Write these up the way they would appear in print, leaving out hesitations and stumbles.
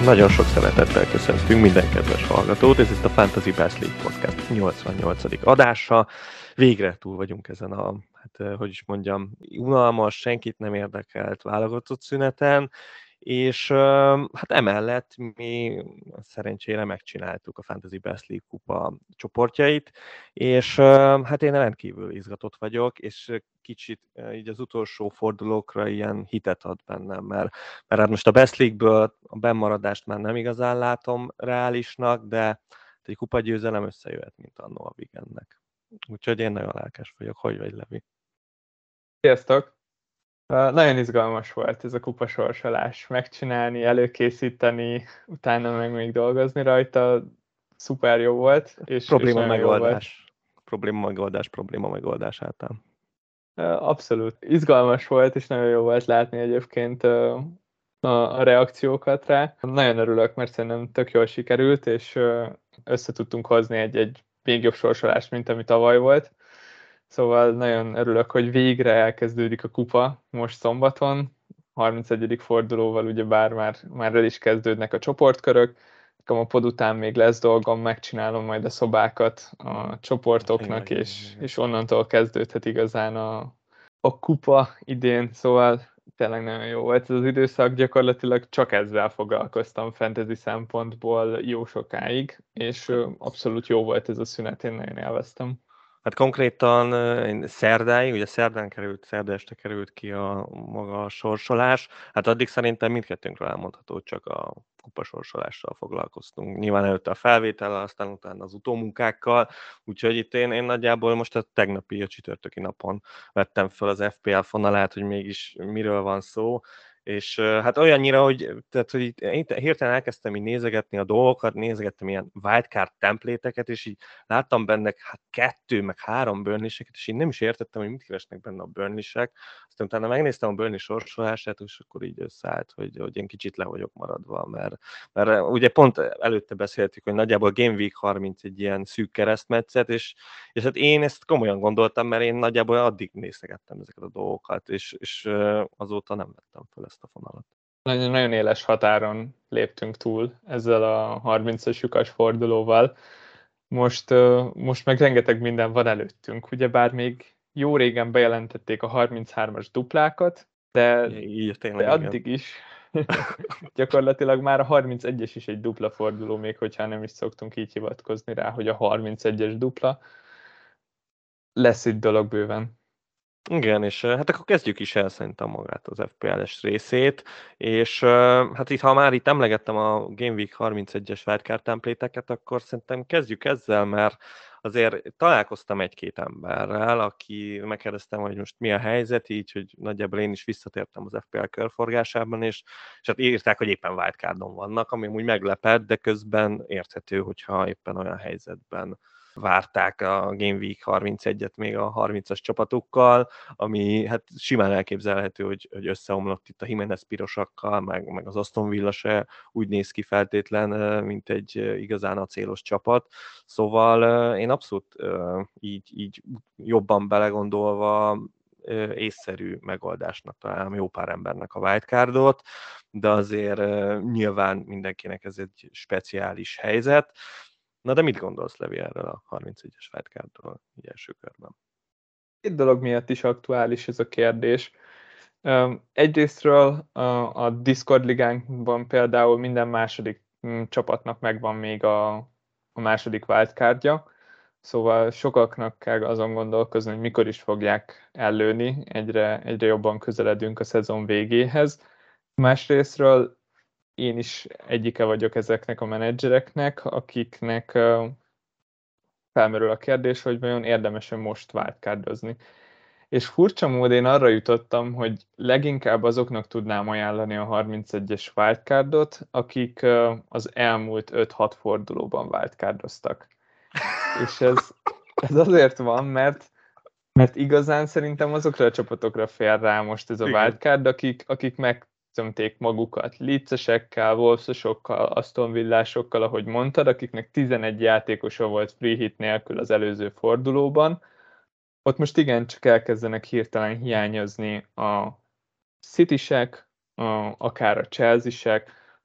Nagyon sok szeretettel köszöntünk minden kedves hallgatót, ez itt a Fantasy Best League Podcast 88. adása. Végre túl vagyunk ezen a, unalmas, senkit nem érdekelt válogatott szüneten, és hát emellett mi szerencsére megcsináltuk a Fantasy Best League kupa csoportjait, és hát én rendkívül izgatott vagyok, és kicsit így az utolsó fordulókra ilyen hitet ad bennem, mert hát most a Best League-ből a bennmaradást már nem igazán látom reálisnak, de egy kupagyőzelem összejöhet, mint annó a Wigannek. Úgyhogy én nagyon lelkes vagyok. Hogy vagy, Levi? Sziasztok! Nagyon izgalmas volt ez a kupasorsolás. Megcsinálni, előkészíteni, utána meg még dolgozni rajta. Szuper jó volt. És nagyon jó volt. Probléma megoldás általán. Abszolút. Izgalmas volt, és nagyon jó volt látni egyébként a reakciókat rá. Nagyon örülök, mert szerintem tök jól sikerült, és össze tudtunk hozni egy még jobb sorsolást, mint ami tavaly volt. Szóval nagyon örülök, hogy végre elkezdődik a kupa most szombaton, 31. fordulóval ugyebár már el is kezdődnek a csoportkörök. Nekem a pod után még lesz dolgom, megcsinálom majd a szobákat a csoportoknak, és onnantól kezdődhet igazán a kupa idén, szóval tényleg nagyon jó volt ez az időszak, gyakorlatilag csak ezzel foglalkoztam fantasy szempontból jó sokáig, és abszolút jó volt ez a szünet, én nagyon élveztem. Hát konkrétan szerda este került ki a maga a sorsolás. Hát addig szerintem mindkettőnkről elmondható, csak a kupasorsolással foglalkoztunk. Nyilván előtte a felvétellel, aztán utána az utómunkákkal. Úgyhogy itt én nagyjából most a tegnapi, a csütörtöki napon vettem fel az FPL fonalát, hogy mégis miről van szó. És hát olyannyira, hogy hirtelen elkezdtem így nézegetni a dolgokat, nézegettem ilyen wildcard templéteket, és így láttam benne hát 2, meg 3 burnley-seket, és én nem is értettem, hogy mit keresnek benne a burnley-sek. Aztán utána megnéztem a Burnley sorsolását, és akkor így összeállt, hogy én kicsit le vagyok maradva, mert ugye pont előtte beszéltük, hogy nagyjából Game Week 30 egy ilyen szűk keresztmetszet, és hát én ezt komolyan gondoltam, mert én nagyjából addig néztegettem ezeket a dolgokat, és azóta nem vettem fel ezt a fonalat. Nagyon éles határon léptünk túl ezzel a 30-as lyukas fordulóval. Most meg rengeteg minden van előttünk, ugyebár még jó régen bejelentették a 33-as duplákat, de addig is gyakorlatilag már a 31-es is egy dupla forduló, még hogyha nem is szoktunk így hivatkozni rá, hogy a 31-es dupla. Lesz itt dolog bőven. Igen, és hát akkor kezdjük is el szerintem magát az FPL-es részét, és hát itt, ha már itt emlegettem a Game Week 31-es wildcard templéteket, akkor szerintem kezdjük ezzel, mert azért találkoztam egy-két emberrel, aki megkérdeztem, hogy most mi a helyzet, így, hogy nagyjából én is visszatértem az FPL körforgásában, és hát írták, hogy éppen wildcardon vannak, ami úgy meglepett, de közben érthető, hogyha éppen olyan helyzetben várták a Game Week 31-et még a 30-as csapatukkal, ami hát simán elképzelhető, hogy összeomlott itt a Jimenez pirosakkal, meg az Aston Villa se úgy néz ki feltétlen, mint egy igazán acélos csapat. Szóval én abszolút így jobban belegondolva észszerű megoldásnak találom jó pár embernek a wildcardot, de azért nyilván mindenkinek ez egy speciális helyzet. Na de mit gondolsz, Levi, erről a 31-es wildcardról így első körben? Két dolog miatt is aktuális ez a kérdés. Egyrésztről a Discord ligánkban például minden második csapatnak megvan még a második wildcardja, szóval sokaknak kell azon gondolkozni, hogy mikor is fogják ellőni, egyre jobban közeledünk a szezon végéhez. Másrésztről én is egyike vagyok ezeknek a menedzsereknek, akiknek felmerül a kérdés, hogy vajon érdemes-e most wildcardozni. És furcsa módon én arra jutottam, hogy leginkább azoknak tudnám ajánlani a 31-es wildcardot, akik az elmúlt 5-6 fordulóban wildcardoztak. És ez azért van, mert igazán szerintem azokra a csapatokra fér rá most ez a wildcard, akik megtömték magukat Leedsesekkel, Wolvesokkal, Aston Villásokkal, ahogy mondtad, akiknek 11 játékosa volt free hit nélkül az előző fordulóban. Ott most igencsak elkezdenek hirtelen hiányozni a Citysek, akár a Chelsea-sek,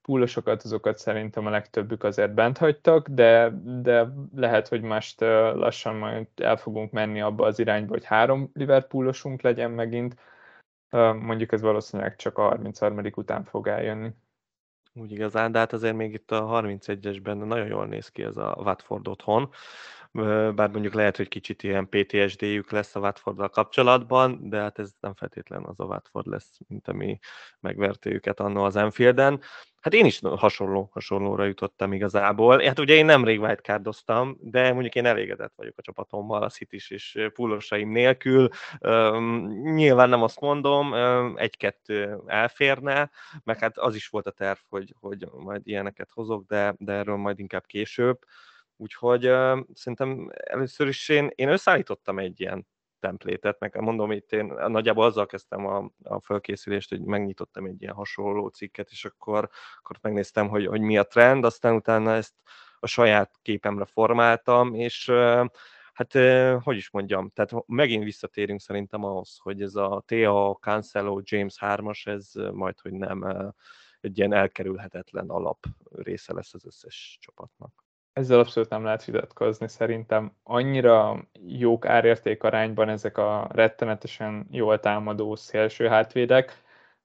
púlosokat, azokat szerintem a legtöbbük azért bent hagytak, de lehet, hogy most lassan majd el fogunk menni abba az irányba, hogy 3 Liverpoolosunk legyen megint. Mondjuk ez valószínűleg csak a 33. után fog eljönni. Úgy igazán, de hát azért még itt a 31-esben nagyon jól néz ki ez a Watford otthon. Bár mondjuk lehet, hogy kicsit ilyen PTSD-jük lesz a Watforddal kapcsolatban, de hát ez nem feltétlen az a Watford lesz, mint ami megverte őket annó az Anfielden. Hát én is hasonlóra jutottam igazából. Hát ugye én nemrég wildcardoztam, de mondjuk én elégedett vagyok a csapatommal, a City-s és pullosaim nélkül. Nyilván nem azt mondom, egy-kettő elférne, meg hát az is volt a terv, hogy majd ilyeneket hozok, de erről majd inkább később. Úgyhogy szerintem először is én összeállítottam egy ilyen templétet, meg mondom, itt én nagyjából azzal kezdtem a felkészülést, hogy megnyitottam egy ilyen hasonló cikket, és akkor megnéztem, hogy mi a trend, aztán utána ezt a saját képemre formáltam, és hát, hogy is mondjam, tehát megint visszatérünk szerintem ahhoz, hogy ez a Tea, Cancelo, James 3-as, ez majd, hogy nem egy ilyen elkerülhetetlen alap része lesz az összes csapatnak. Ezzel abszolút nem lehet vitatkozni, szerintem annyira jók árérték arányban ezek a rettenetesen jól támadó szélső hátvédek,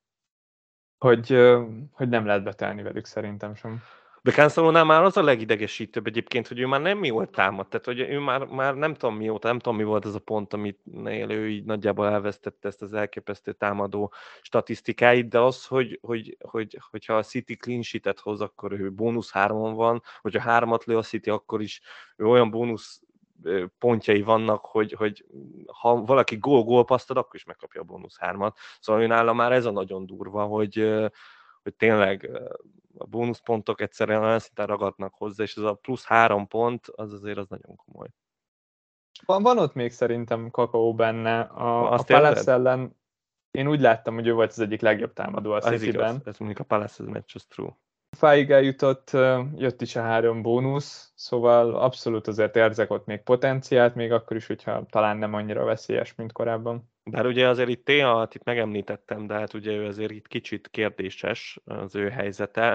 hogy nem lehet betelni velük szerintem sem. De Cancelónál már az a legidegesítőbb egyébként, hogy ő már nem jól támad, tehát hogy ő már nem tudom mióta, nem tudom mi volt ez a pont, amit ő így nagyjából elvesztette ezt az elképesztő támadó statisztikáit, de az, hogyha a City clean sheet-et hoz, akkor ő bónusz 3-on van, hogyha 3-at lő a City, akkor is ő olyan bónusz pontjai vannak, hogy ha valaki gól-gól passzad, akkor is megkapja a bónusz 3-at. Szóval ő nála már ez a nagyon durva, hogy tényleg a bónuszpontok egyszerűen olyan szinten ragadnak hozzá, és ez a plusz 3 pont, az azért az nagyon komoly. Van ott még szerintem kakaó benne. A Azt Palace érzed? ellen én úgy láttam, hogy ő volt az egyik legjobb támadó a Ez igaz, Cityben. ez mondjuk a Palace meccs, az true. Fáig eljutott, jött is a 3 bónusz, szóval abszolút azért érzek ott még potenciált, még akkor is, hogyha talán nem annyira veszélyes, mint korábban. Bár ugye azért itt Téat itt megemlítettem, de hát ugye ő azért itt kicsit kérdéses az ő helyzete.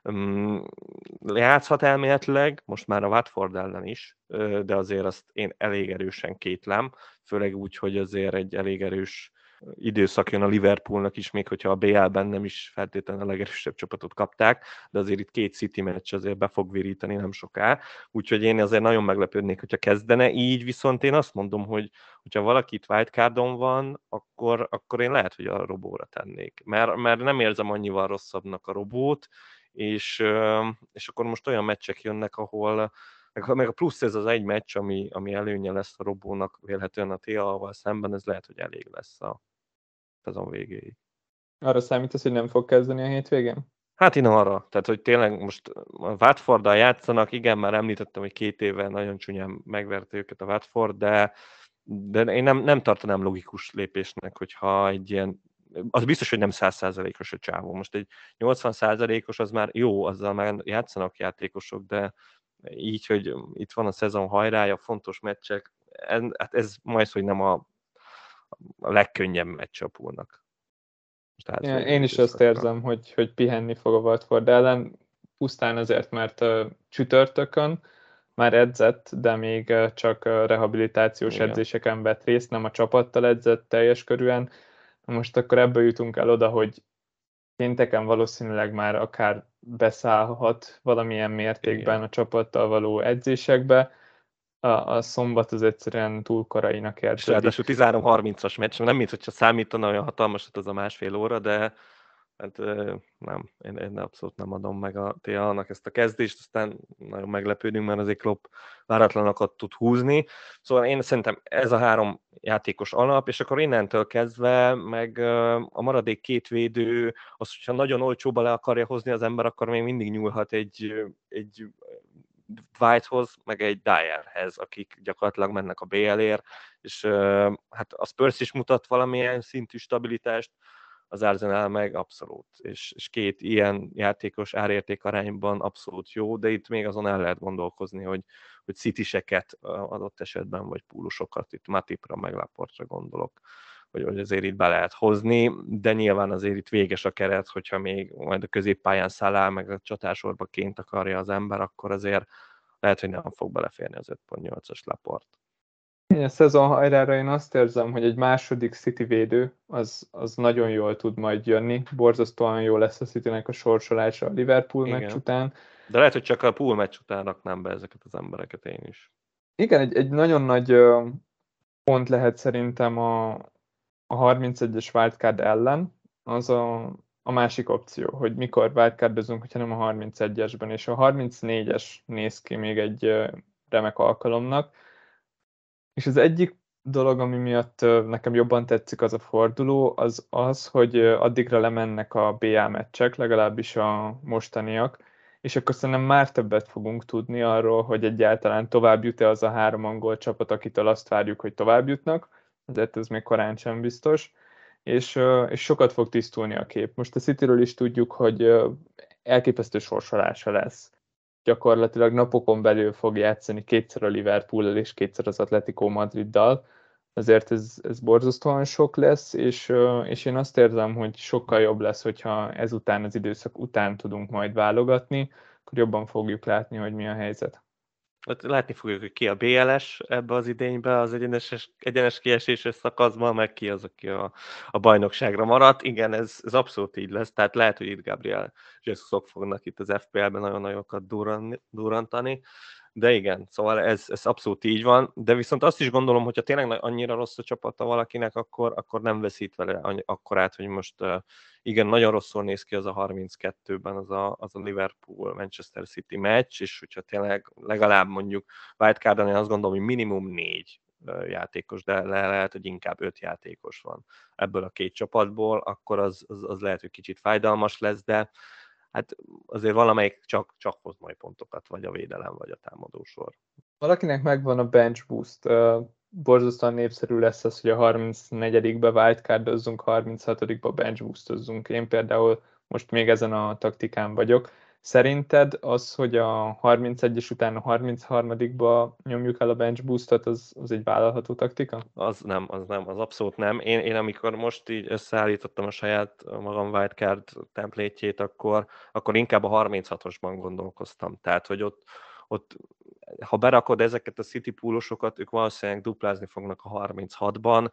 Játszhat elméletileg, most már a Watford ellen is, de azért azt én elég erősen kétlem, főleg úgy, hogy azért egy elég erős időszak jön a Liverpoolnak is, még hogyha a BL-ben nem is feltétlenül a legerősebb csapatot kapták, de azért itt 2 City meccs azért be fog virítani nem soká, úgyhogy én azért nagyon meglepődnék, hogyha kezdene, így viszont én azt mondom, hogyha valaki itt wildcardon van, akkor én lehet, hogy a robóra tennék, mert nem érzem annyival rosszabbnak a robót, és akkor most olyan meccsek jönnek, ahol meg a plusz ez az egy meccs, ami előnye lesz a robónak vélhetően a TA-val szemben, ez lehet, hogy elég lesz a szezon végéig. Arra számítasz, hogy nem fog kezdeni a hétvégén? Hát én arra, tehát hogy tényleg most a Watforddal játszanak, igen, már említettem, hogy 2 éve nagyon csúnyán megverte őket a Watford, de én nem tartanám logikus lépésnek, hogyha egy ilyen, az biztos, hogy nem 100%-os a csávó. Most egy 80%-os az már jó, azzal már játszanak játékosok, de így, hogy itt van a szezon hajrája, fontos meccsek, hát ez majd, hogy nem a legkönnyebb meccs a poolnak. Én is azt érzem, hogy pihenni fog a Watford ellen, pusztán azért, mert csütörtökön már edzett, de még csak rehabilitációs Igen. edzéseken vett részt, nem a csapattal edzett teljes körűen. Most akkor ebből jutunk el oda, hogy pénteken valószínűleg már akár beszállhat valamilyen mértékben Igen. a csapattal való edzésekbe. A szombat az egyszerűen túl korainak És ráadásul érződik. 13:30-as meccs, nem mint hogyha számítana olyan hatalmasat az a másfél óra, de hát nem, én abszolút nem adom meg a TA-nak ezt a kezdést, aztán nagyon meglepődünk, mert azért Klopp váratlanokat tud húzni. Szóval én szerintem ez a 3 játékos alap, és akkor innentől kezdve meg a maradék 2 védő, az, hogyha nagyon olcsóba le akarja hozni az ember, akkor még mindig nyúlhat egy Whitehoz, meg egy Dyerhez, akik gyakorlatilag mennek a BL-ért, és hát a Spurs is mutat valamilyen szintű stabilitást, az Arsenal meg abszolút, és 2 ilyen játékos árérték arányban abszolút jó, de itt még azon el lehet gondolkozni, hogy City-seket adott esetben, vagy púlusokat, itt Matipra, meg Laportra gondolok, hogy azért itt be lehet hozni, de nyilván azért itt véges a keret, hogyha még majd a középpályán szállál, meg a csatásorba ként akarja az ember, akkor azért lehet, hogy nem fog beleférni az 5.8-as Laporte. A szezon hajrára én azt érzem, hogy egy második City védő az nagyon jól tud majd jönni. Borzasztóan jó lesz a Citynek a sorsolása a Liverpool meccs után. De lehet, hogy csak a pool meccs után raknám be ezeket az embereket én is. Igen, egy nagyon nagy pont lehet szerintem a 31-es wildcard ellen, az a másik opció, hogy mikor wildcardozunk, hogyha nem a 31-esben, és a 34-es néz ki még egy remek alkalomnak. És az egyik dolog, ami miatt nekem jobban tetszik az a forduló, az, hogy addigra lemennek a BA meccsek, legalábbis a mostaniak, és akkor szerintem már többet fogunk tudni arról, hogy egyáltalán tovább jut-e az a 3 angol csapat, akitől azt várjuk, hogy tovább jutnak, ezért ez még korán sem biztos, és sokat fog tisztulni a kép. Most a Cityről is tudjuk, hogy elképesztő sorsolása lesz. Gyakorlatilag napokon belül fog játszani kétszer a Liverpool-el és kétszer az Atletico Madriddal. Azért ez borzasztóan sok lesz, és én azt érzem, hogy sokkal jobb lesz, hogyha ezután az időszak után tudunk majd válogatni, akkor jobban fogjuk látni, hogy mi a helyzet. Látni fogjuk, hogy ki a BLS ebbe az idénybe, az egyenes kieséses szakaszban, meg ki az, aki a bajnokságra maradt. Igen, ez abszolút így lesz, tehát lehet, hogy itt Gabriel Jesus-ok fognak itt az FPL-ben nagyon nagyokat durrantani, de igen, szóval ez abszolút így van, de viszont azt is gondolom, hogyha tényleg annyira rossz a csapata valakinek, akkor nem veszít vele akkorát, hogy most igen, nagyon rosszul néz ki az a 32-ben az a Liverpool-Manchester City meccs, és hogyha tényleg legalább mondjuk wildcardon én azt gondolom, hogy minimum 4 játékos, de lehet, hogy inkább 5 játékos van ebből a két csapatból, akkor az lehet, hogy kicsit fájdalmas lesz, de hát azért valamelyik csak hoz majd pontokat, vagy a védelem, vagy a támadósor. Valakinek megvan a bench boost, borzasztóan népszerű lesz az, hogy a 34-be wildcardozzunk, 36-ba bench boostozzunk. Én például most még ezen a taktikán vagyok. Szerinted az, hogy a 31-es után a 33-ba nyomjuk el a bench boostot, az egy vállalható taktika? Az abszolút nem. Én amikor most így összeállítottam a saját magam wildcard templétjét, akkor inkább a 36-osban gondolkoztam. Tehát, hogy ott ha berakod ezeket a City poolosokat, ők valószínűleg duplázni fognak a 36-ban,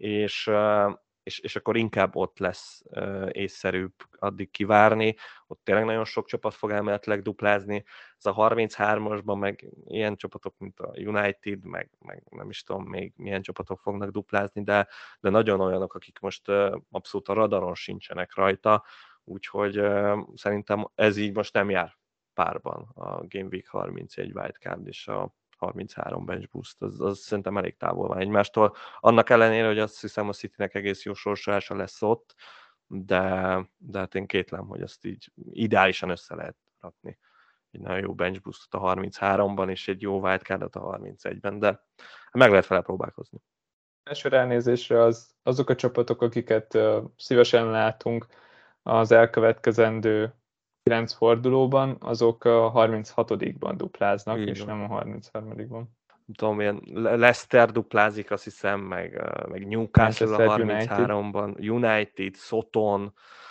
és akkor inkább ott lesz észszerűbb addig kivárni. Ott tényleg nagyon sok csapat fog elméletileg duplázni. Ez a 33-asban meg ilyen csapatok, mint a United, meg nem is tudom még milyen csapatok fognak duplázni, de nagyon olyanok, akik most abszolút a radaron sincsenek rajta, úgyhogy szerintem ez így most nem jár párban a Game Week 31 wildcard és a 33 bench boost, az szerintem elég távol van egymástól. Annak ellenére, hogy azt hiszem a Citynek egész jó sorsolása lesz ott, de hát én kétlem, hogy azt így ideálisan össze lehet rakni. Egy nagyon jó bench boostot a 33-ban, és egy jó wildcardot a 31-ben, de meg lehet vele próbálkozni. Első ránézésre azok a csapatok, akiket szívesen látunk az elkövetkezendő 9 fordulóban, azok a 36-ban dupláznak, Így és van. nem a 33-ban. Tudom, ilyen Leicester duplázik, azt hiszem, meg Newcastle a 33-ban, United, Soton,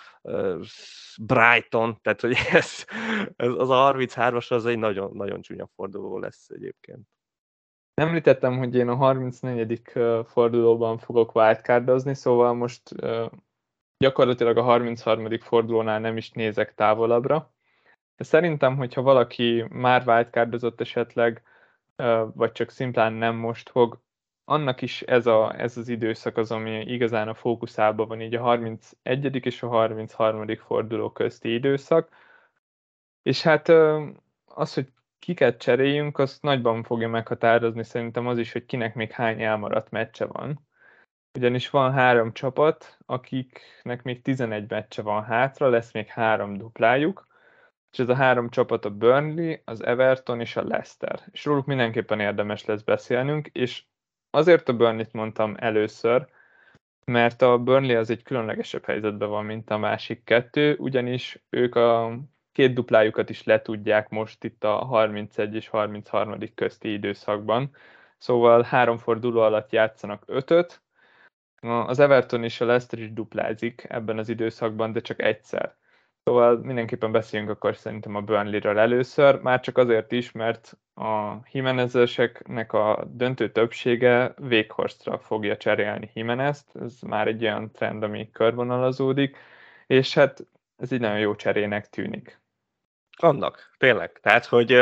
Brighton, tehát hogy ez az a 33-as az egy nagyon, nagyon csúnya forduló lesz egyébként. Említettem, hogy én a 34. fordulóban fogok wildcardozni, szóval most gyakorlatilag a 33. fordulónál nem is nézek távolabbra. De szerintem, hogyha valaki már wildcardozott esetleg, vagy csak szimplán nem most fog, annak is ez az időszak az, ami igazán a fókuszában van, így a 31. és a 33. forduló közti időszak. És hát az, hogy kiket cseréljünk, azt nagyban fogja meghatározni szerintem az is, hogy kinek még hány elmaradt meccse van. Ugyanis van 3 csapat, akiknek még 11 meccse van hátra, lesz még 3 duplájuk, és ez a 3 csapat a Burnley, az Everton és a Leicester. És róluk mindenképpen érdemes lesz beszélnünk, és azért a Burnley-t mondtam először, mert a Burnley az egy különlegesebb helyzetben van, mint a másik kettő, ugyanis ők a 2 duplájukat is letudják most itt a 31 és 33. közti időszakban. Szóval 3 forduló alatt játszanak 5-öt, Az Everton és a Leicester is duplázik ebben az időszakban, de csak egyszer. Szóval mindenképpen beszéljünk akkor szerintem a Burnley-ről először, már csak azért is, mert a Jimenez-eseknek a döntő többsége Weghorstra fogja cserélni Jimenezt, ez már egy olyan trend, ami körvonalazódik, és hát ez egy nagyon jó cserének tűnik. Annak, tényleg. Tehát, hogy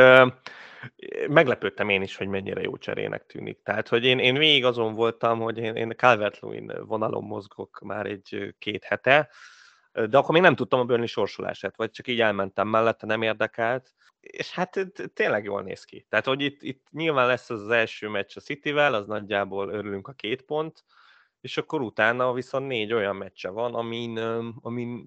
meglepődtem én is, hogy mennyire jó cserének tűnik. Tehát, hogy én végig azon voltam, hogy én Calvert-Lewin vonalon mozgok már egy-két hete, de akkor még nem tudtam a Burnley sorsolását, vagy csak így elmentem mellette, nem érdekelt, és hát tényleg jól néz ki. Tehát, hogy itt nyilván lesz az első meccs a Cityvel, az nagyjából örülünk a 2 pont, és akkor utána viszont 4 olyan meccse van, amin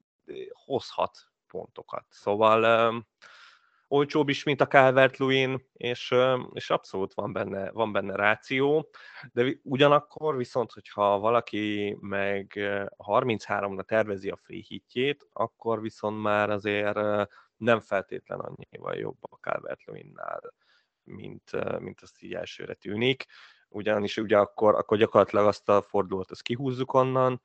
hozhat pontokat. Szóval olcsóbb is, mint a Calvert-Lewin, és abszolút van benne ráció, de ugyanakkor viszont, hogyha valaki meg 33-ra tervezi a free hitjét, akkor viszont már azért nem feltétlen annyival jobb a Calvert-Lewinnál, mint azt így elsőre tűnik. Ugyanis ugye akkor gyakorlatilag azt a fordulót azt kihúzzuk onnan.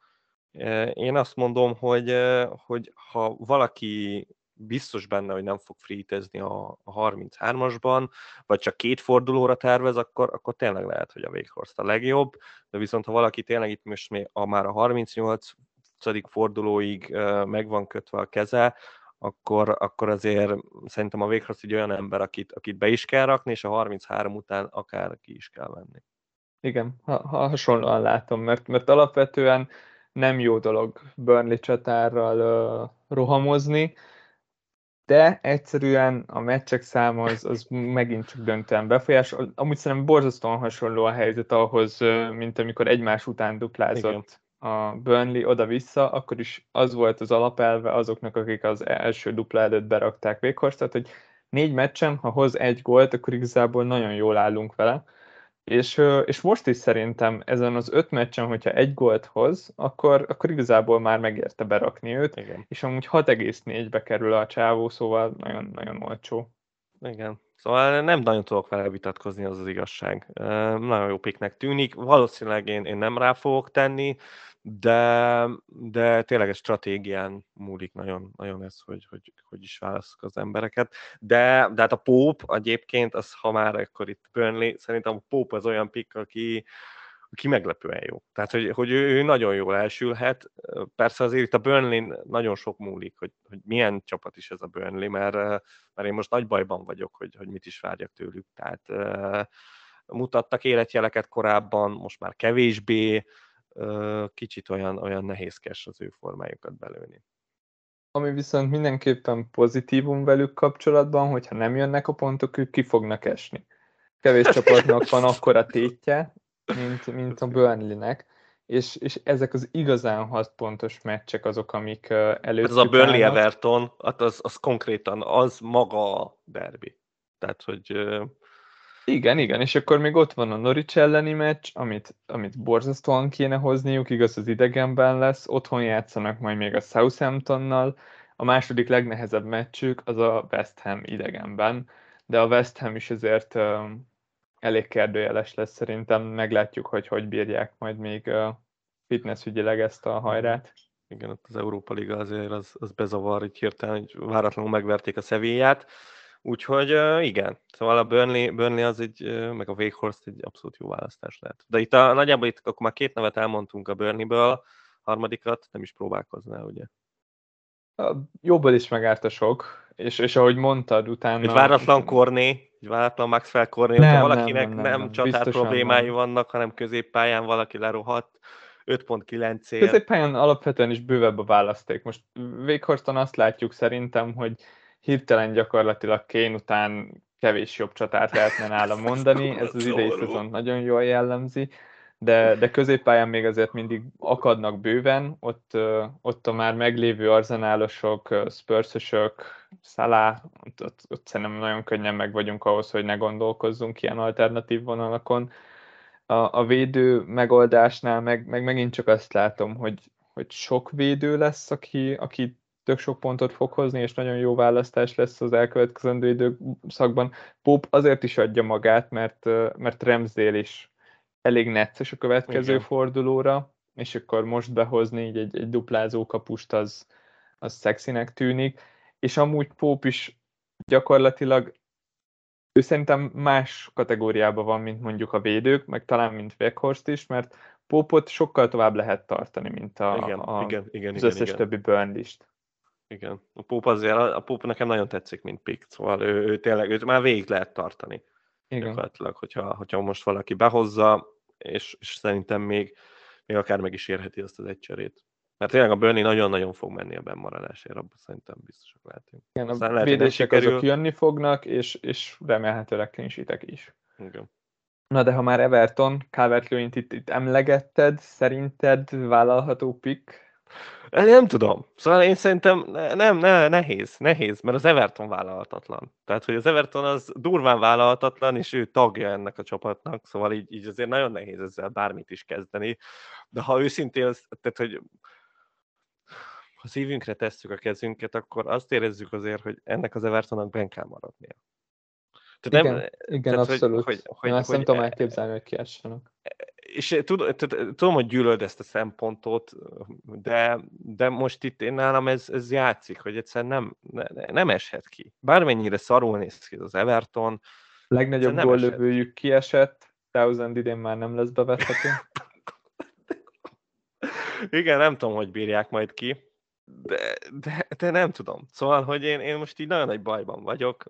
Én azt mondom, hogy ha valaki biztos benne, hogy nem fog freetezni a 33-asban, vagy csak 2 fordulóra tervez, akkor tényleg lehet, hogy a Weghorst a legjobb, de viszont ha valaki tényleg itt most még már a 38. fordulóig meg van kötve a keze, akkor azért szerintem a Weghorst egy olyan ember, akit be is kell rakni, és a 33 után akár ki is kell venni. Igen, hasonlóan látom, mert alapvetően nem jó dolog Burnley csatárral rohamozni, de egyszerűen a meccsek száma az megint csak döntően befolyásol. Amúgy szerintem borzasztóan hasonló a helyzet ahhoz, mint amikor egymás után duplázott Igen. a Burnley oda-vissza, akkor is az volt az alapelve azoknak, akik az első dupla előtt berakták Weghorst, hogy 4 meccsen, ha hoz egy gólt, akkor igazából nagyon jól állunk vele. És most is szerintem ezen az 5 meccsen, hogyha egy gólt hoz, akkor igazából már megérte berakni őt, Igen. és amúgy 6,4-be kerül a csávó, szóval nagyon-nagyon olcsó. Igen. Szóval nem nagyon tudok vele vitatkozni, az az igazság. Nagyon jó picknek tűnik. Valószínűleg én nem rá fogok tenni, de tényleg a stratégián múlik nagyon, nagyon ez, hogy is választjuk az embereket. De hát a Pope egyébként, az ha már akkor itt Burnley, szerintem a Pope az olyan pick, aki meglepően jó. Tehát, hogy ő nagyon jól elsülhet. Persze azért itt a Burnley nagyon sok múlik, hogy milyen csapat is ez a Burnley, mert én most nagy bajban vagyok, hogy mit is várjak tőlük. Tehát mutattak életjeleket korábban, most már kevésbé, kicsit olyan nehézkes az ő formájukat belőni. Ami viszont mindenképpen pozitívum velük kapcsolatban, hogyha nem jönnek a pontok, ők ki fognak esni. Kevés csapatnak van akkora tétje, mint a Burnleynek, és ezek az igazán 6 pontos meccsek azok, amik Hát az a előttük Burnley állnak. Everton, hát az konkrétan, az maga a derbi. Tehát, hogy Igen, és akkor még ott van a Norwich elleni meccs, amit borzasztóan kéne hozniuk, igaz, az idegenben lesz, otthon játszanak majd még a Southamptonnal, a második legnehezebb meccsük az a West Ham idegenben, de a West Ham is azért elég kérdőjeles lesz szerintem, meglátjuk, hogy bírják majd még fitnessügyileg ezt a hajrát. igen, ott az Európa Liga azért az bezavar, így hirtelen, hogy váratlanul megverték a Sevillát. Úgyhogy igen, szóval a Burnley az meg a Weghorst egy abszolút jó választás lehet. De nagyjából itt akkor már 2 nevet elmondtunk a Burnleyből, harmadikat nem is próbálkoznál, ugye? Jobban is megárt a sok, és ahogy mondtad, Egy utána... váratlan Korné, egy váratlan Maxwell Korné, hogyha Nem, valakinek nem csatár biztosan problémái nem. vannak, hanem középpályán valaki lerohadt, 5.9-ért. Középpályán alapvetően is bővebb a választék. Most Weghorsten azt látjuk szerintem, hogy hirtelen gyakorlatilag Kane után kevés jobb csatát lehetne nála mondani, ez az idei szezon nagyon jól jellemzi, de középpályán még azért mindig akadnak bőven, ott a már meglévő arzenálosok, Spursösök, Salah, ott szerintem nagyon könnyen meg vagyunk ahhoz, hogy ne gondolkozzunk ilyen alternatív vonalakon. A védő megoldásnál meg megint csak azt látom, hogy sok védő lesz, aki tök sok pontot fog hozni, és nagyon jó választás lesz az elkövetkezendő időszakban. Pope azért is adja magát, mert Ramsdale is elég necces a következő Igen. fordulóra, és akkor most behozni így egy duplázó kapust, az szexinek tűnik, és amúgy Pope is gyakorlatilag ő szerintem más kategóriában van, mint mondjuk a védők, meg talán mint Weghorst is, mert Pope-ot sokkal tovább lehet tartani, mint Igen, igen, igen, az igen, összes igen. többi Burnley-st. Igen. A Pope nekem nagyon tetszik, mint pick, szóval ő tényleg, őt már végig lehet tartani. Igen. Gyakorlatilag, hogyha most valaki behozza, és szerintem még akár meg is érheti azt az egy cserét. Mert tényleg a Burnley nagyon-nagyon fog menni a bennmaradásért, abban szerintem biztosak lehetünk. Igen, a Aztán lehet, hogy nem védések azok sikerül. jönni fognak, és remélhetőleg clean sheetek is. Igen. Na de ha már Everton, Calvert-Lewin-t itt emlegetted, szerinted vállalható pick? Nem tudom. Szóval én szerintem nehéz, mert az Everton vállalhatatlan. Tehát, hogy az Everton az durván vállalhatatlan, és ő tagja ennek a csapatnak, szóval így azért nagyon nehéz ezzel bármit is kezdeni. De ha őszintén, tehát, hogy ha szívünkre tesszük a kezünket, akkor azt érezzük azért, hogy ennek az Evertonnak benn kell maradnia. Tehát, Igen, tehát abszolút. Én azt nem tudom elképzelni, hogy kiessenek. és tudom, hogy gyűlöld ezt a szempontot, de most itt én nálam ez játszik, hogy egyszerűen nem eshet ki. Bármennyire szarul néz ki az Everton, Legnagyobb egyszerűen nem eshet ki. góllövőjük kiesett, Townsend idén már nem lesz bevethető. Igen, nem tudom, hogy bírják majd ki, de nem tudom. Szóval, hogy én most így nagyon nagy bajban vagyok,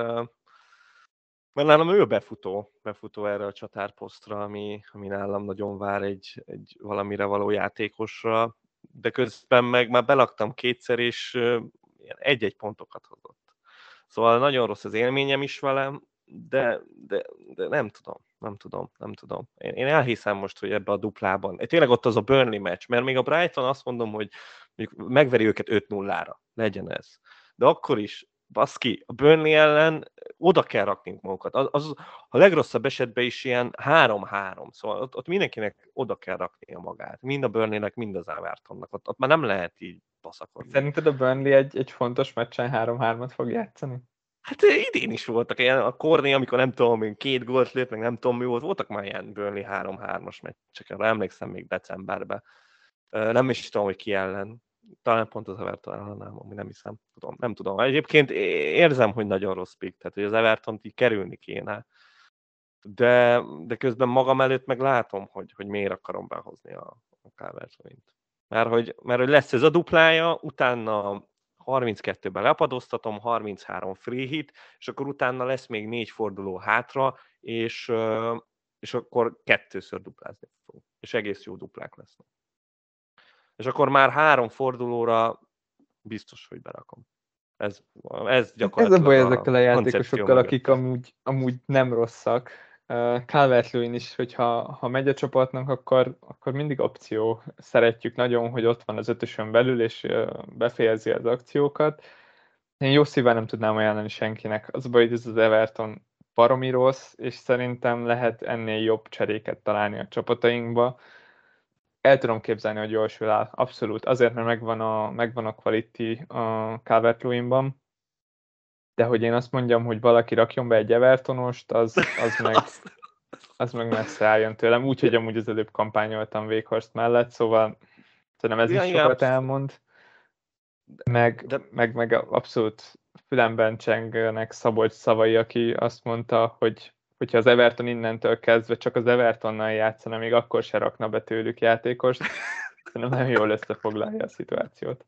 mert nálam ő befutó erre a csatárposztra, ami nálam nagyon vár egy valamire való játékosra, de közben meg már belaktam kétszer, és ilyen egy-egy pontokat hozott. Szóval nagyon rossz az élményem is velem, de nem tudom. Én elhiszem most, hogy ebbe a duplában, tényleg ott az a Burnley meccs, mert még a Brighton azt mondom, hogy megveri őket 5-0-ra, legyen ez. De akkor is, baszki, a Burnley ellen oda kell rakni magukat. Az a legrosszabb esetben is ilyen 3-3, szóval ott mindenkinek oda kell raknia magát. Mind a Burnleynek, mind az Evertonnak. Ott már nem lehet így baszakodni. Szerinted a Burnley egy fontos meccsen 3-3-at fog játszani? Hát idén is voltak ilyen, a Corné, amikor nem tudom, én 2 gólt lőtt, meg nem tudom mi volt, voltak már ilyen Burnley 3-3-as meccsek, arra emlékszem még decemberben. Nem is tudom, hogy ki ellen. Talán pont az Everton ellen, ami nem hiszem. Nem tudom. Egyébként érzem, hogy nagyon rossz pick, tehát hogy az Evertont így kerülni kéne. De közben magam előtt meg látom, hogy miért akarom behozni a Calvert-Lewint. Mert hogy lesz ez a duplája, utána 32-ben lepadoztatom, 33 free hit, és akkor utána lesz még 4 forduló hátra, és akkor kettőször duplázni fog. És egész jó duplák lesznek. És akkor már 3 fordulóra biztos, hogy berakom. Ez Ez a baj gyakorlatilag ezekkel a a koncepció játékosokkal, akik mögötte. amúgy nem rosszak. Calvert-Lewin is, hogyha megy a csapatnak, akkor mindig opció. Szeretjük nagyon, hogy ott van az ötösön belül, és befejezi az akciókat. Én jó szívvel nem tudnám ajánlani senkinek. Az a baj, hogy ez az Everton baromi rossz, és szerintem lehet ennél jobb cseréket találni a csapatainkba. El tudom képzelni, hogy jól sül áll. Abszolút. Azért, mert megvan a quality a Calvert-Lewinban. De hogy én azt mondjam, hogy valaki rakjon be egy Evertonost, az meg messze álljon tőlem. Úgyhogy amúgy az előbb kampányoltam Weghorst mellett, szóval szerintem ez is Igen, sokat elmond. Meg abszolút fülemben csengnek Szabolcs szavai, aki azt mondta, hogy hogyha az Everton innentől kezdve csak az Evertonnal játszana, még akkor se rakna be tőlük játékost. Szerintem nagyon jól összefoglalja a szituációt.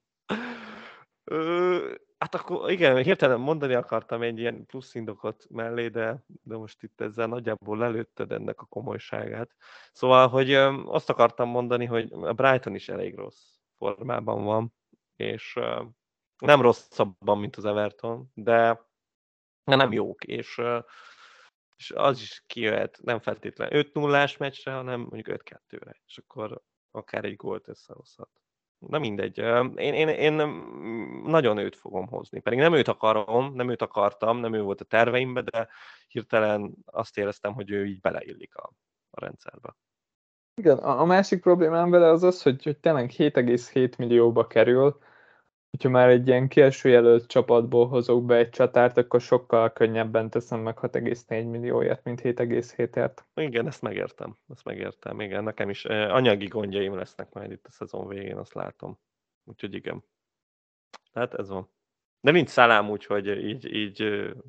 Hát akkor igen, hirtelen mondani akartam egy ilyen plusz indokot mellé, de most itt ezzel nagyjából lelőtted ennek a komolyságát. Szóval, hogy azt akartam mondani, hogy a Brighton is elég rossz formában van, és nem rosszabban, mint az Everton, de nem jók, és az is kijöhet nem feltétlenül 5-0-ás meccsre, hanem mondjuk 5-2-re, és akkor akár egy gólt összehozhat. Na mindegy. Én nagyon őt fogom hozni. Pedig nem őt akarom, nem őt akartam, nem ő volt a terveimben, de hirtelen azt éreztem, hogy ő így beleillik a rendszerbe. Igen, a másik problémám vele az, hogy tényleg 7,7 millióba kerül, hogyha már egy ilyen kiesőjelölt csapatból hozok be egy csatárt, akkor sokkal könnyebben teszem meg 6,4 millióért, mint 7,7-ért. Igen, ezt megértem. Igen, nekem is anyagi gondjaim lesznek majd itt a szezon végén, azt látom. Úgyhogy igen. Tehát ez van. De nincs szálám, úgyhogy így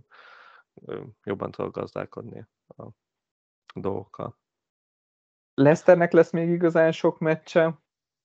jobban tudok gazdálkodni a dolgokkal. Leicesternek lesz még igazán sok meccse.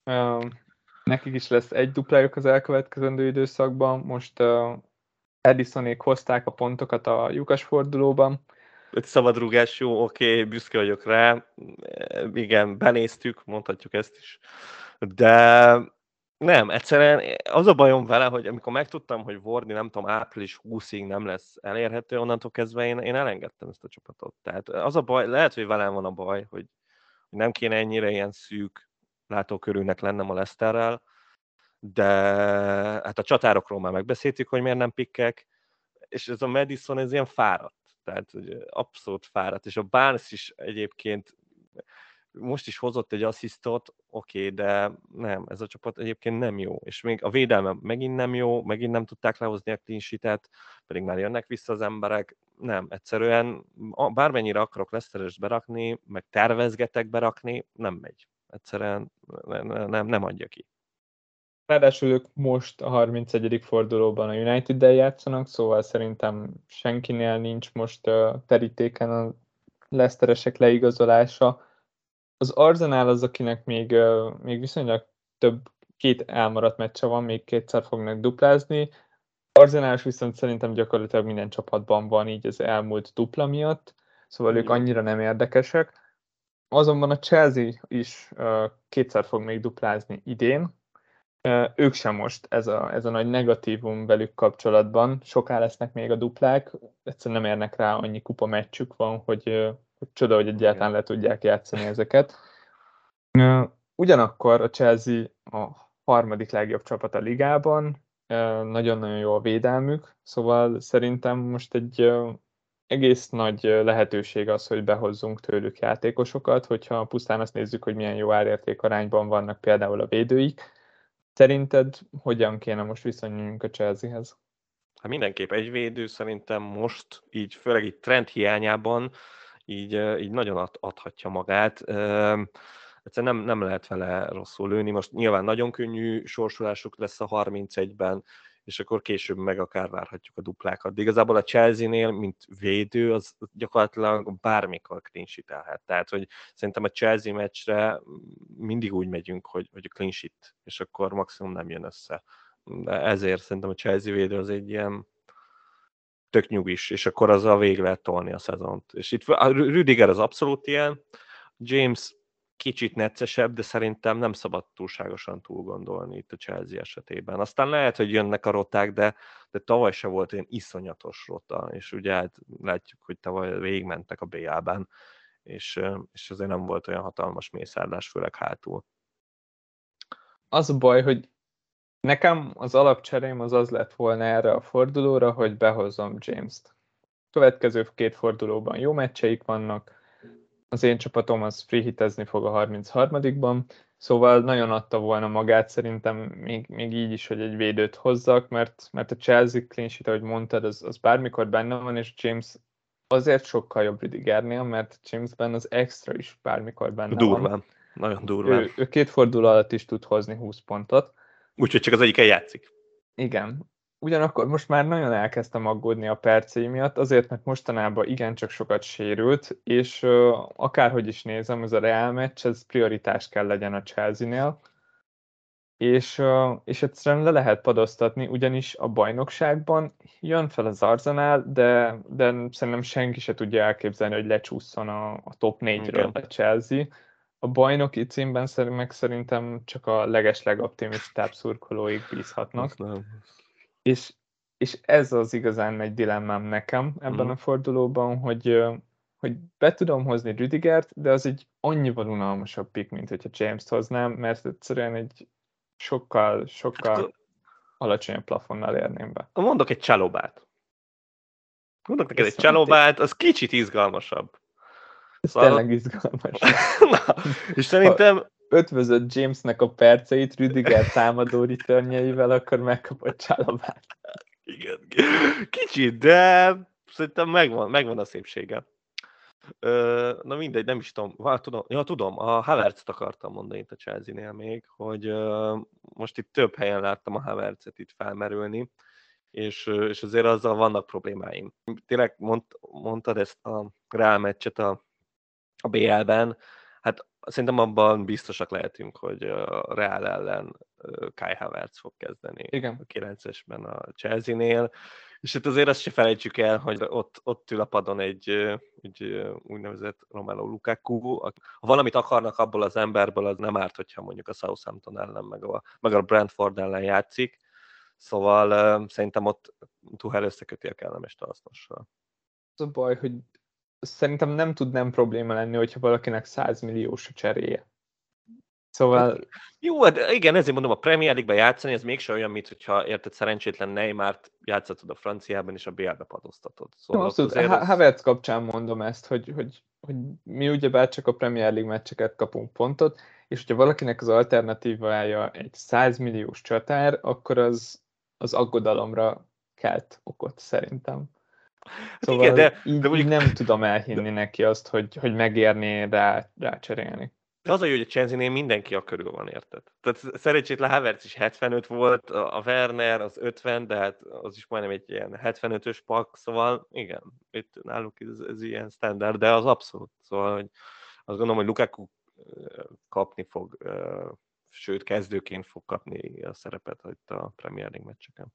Nekik is lesz egy duplájuk az elkövetkezendő időszakban. Most Edisonék hozták a pontokat a lyukas fordulóban. Egy szabadrúgás, jó, oké, büszke vagyok rá. Igen, benéztük, mondhatjuk ezt is. De nem, egyszerűen az a bajom vele, hogy amikor megtudtam, hogy Wardy, nem tudom, április 20-ig nem lesz elérhető, onnantól kezdve én elengedtem ezt a csapatot. Tehát az a baj, lehet, hogy velem van a baj, hogy nem kéne ennyire ilyen szűk látókörűnek lennem a Leicesterrel, de hát a csatárokról már megbeszéltük, hogy miért nem pikkek, és ez a Madison, ez ilyen fáradt. Tehát abszolút fáradt, és a Barnes is egyébként most is hozott egy asszisztot, oké, de nem, ez a csapat egyébként nem jó, és még a védelme megint nem jó, megint nem tudták lehozni a clean sheetet, pedig már jönnek vissza az emberek, nem, egyszerűen bármennyire akarok Leicesterest berakni, meg tervezgetek berakni, nem megy. Egyszerűen nem adja ki. Ráadásul ők most a 31. fordulóban a United-del játszanak, szóval szerintem senkinél nincs most terítéken a Leicesteresek leigazolása. Az Arsenal az, akinek még viszonylag két elmaradt meccse van, még kétszer fognak duplázni. Arsenal viszont szerintem gyakorlatilag minden csapatban van így az elmúlt dupla miatt, szóval ők annyira nem érdekesek. Azonban a Chelsea is kétszer fog még duplázni idén. Ők sem most ez a nagy negatívum velük kapcsolatban. Soká lesznek még a duplák, egyszerűen nem érnek rá, annyi kupa meccsük van, hogy csoda, hogy egyáltalán le tudják játszani ezeket. Ugyanakkor a Chelsea a harmadik legjobb csapat a ligában, nagyon-nagyon jó a védelmük, szóval szerintem most egy egész nagy lehetőség az, hogy behozzunk tőlük játékosokat, hogyha pusztán azt nézzük, hogy milyen jó árérték arányban vannak például a védőik. Szerinted hogyan kéne most viszonyuljunk a Chelseahez? Hát mindenképp egy védő szerintem most, így főleg itt trend hiányában, így nagyon adhatja magát. Egyszerűen nem lehet vele rosszul lőni. Most nyilván nagyon könnyű sorsolásuk lesz a 31-ben, és akkor később meg akár várhatjuk a duplákat. De igazából a Chelsea-nél, mint védő, az gyakorlatilag bármikor clean sheet-elhet. Tehát, hogy szerintem a Chelsea meccsre mindig úgy megyünk, hogy a clean sheet, és akkor maximum nem jön össze. De ezért szerintem a Chelsea védő az egy ilyen tök nyugis, és akkor azzal végig lehet tolni a szezont. És itt a Rüdiger az abszolút ilyen, James kicsit neccesebb, de szerintem nem szabad túlságosan túl gondolni itt a Chelsea esetében. Aztán lehet, hogy jönnek a roták, de tavaly se volt ilyen iszonyatos rota, és ugye hát látjuk, hogy tavaly végigmentek a BL-ben, és azért nem volt olyan hatalmas mészárlás, főleg hátul. Az a baj, hogy nekem az alapcserém az lett volna erre a fordulóra, hogy behozom James-t. Következő két fordulóban jó meccseik vannak, az én csapatom az free hitezni fog a 33-ban, szóval nagyon adta volna magát szerintem még így is, hogy egy védőt hozzak, mert a Chelsea clean sheet, ahogy mondtad, az bármikor benne van, és James azért sokkal jobb Rüdigernél, mert Jamesben az extra is bármikor benne durván, van. nagyon durván. Ő két forduló alatt is tud hozni 20 pontot. Úgyhogy csak az egyiken játszik. Igen. Ugyanakkor most már nagyon elkezdtem aggódni a percei miatt, azért, mert mostanában igencsak sokat sérült, és akárhogy is nézem, ez a Real meccs, ez prioritás kell legyen a Chelsea-nél, és egyszerűen le lehet padoztatni, ugyanis a bajnokságban jön fel az Arsenal, de szerintem senki se tudja elképzelni, hogy lecsúszson a top 4-ről a Chelsea. A bajnoki címben meg szerintem csak a legeslegoptimistább szurkolóik bízhatnak. És ez az igazán egy dilemmám nekem ebben a fordulóban, hogy be tudom hozni Rüdigert, de az egy annyival unalmasabb pick, mint hogyha James-t hoznám, mert egyszerűen egy sokkal alacsonyabb plafonnal érném be. Mondok egy Csalobát. Mondok neked egy Csalobát, az kicsit izgalmasabb. Ez tényleg izgalmas. És szerintem ötvözött Jamesnek a perceit Rüdiger támadó returnjeivel, akkor megkapott Chalobát. Igen. Kicsit, de szerintem megvan a szépsége. Na mindegy, nem is tudom. Tudom, a Havertzt akartam mondani itt a Chelsea-nél még, hogy most itt több helyen láttam a Havertzet itt felmerülni, és azért azzal vannak problémáim. Tényleg mondtad ezt a Real meccset a BL-ben, hát szerintem abban biztosak lehetünk, hogy a Real ellen Kai Havertz fog kezdeni Igen. a 9-esben a Chelsea-nél, és hát azért azt se felejtsük el, hogy ott ül a padon egy úgynevezett Romelu Lukaku. Ha valamit akarnak abból az emberből, az nem árt, hogyha mondjuk a Southampton ellen, meg a Brentford ellen játszik. Szóval szerintem ott Tuchel összeköti a kellemes hasznossal. Az a baj, hogy szerintem nem tud nem probléma lenni, hogyha valakinek 100 milliós a cseréje. Szóval... Jó, hát igen, ezért mondom, a Premier League-ben játszani, ez mégsem olyan, mint hogyha érted szerencsétlen Neymart játszatod a franciában, és a BL-be padoztatod. Szóval Abszolút, Havertz kapcsán mondom ezt, hogy mi ugyebár csak a Premier League meccseket kapunk pontot, és hogyha valakinek az alternatívája egy 100 milliós csatár, akkor az aggodalomra kelt okot szerintem. Szóval igen, de így mondjuk... nem tudom elhinni neki azt, hogy megérné rá cserélni. De az a jó, hogy a Chelsea-nél mindenki a körül van, érted? Tehát szerencsétlen Havertz is 75 volt, a Werner az 50, de hát az is majdnem egy ilyen 75-ös pak, szóval igen, itt náluk ez ilyen standard, de az abszolút. Szóval hogy azt gondolom, hogy Lukaku kapni fog, sőt kezdőként fog kapni a szerepet itt a Premier League meccseken.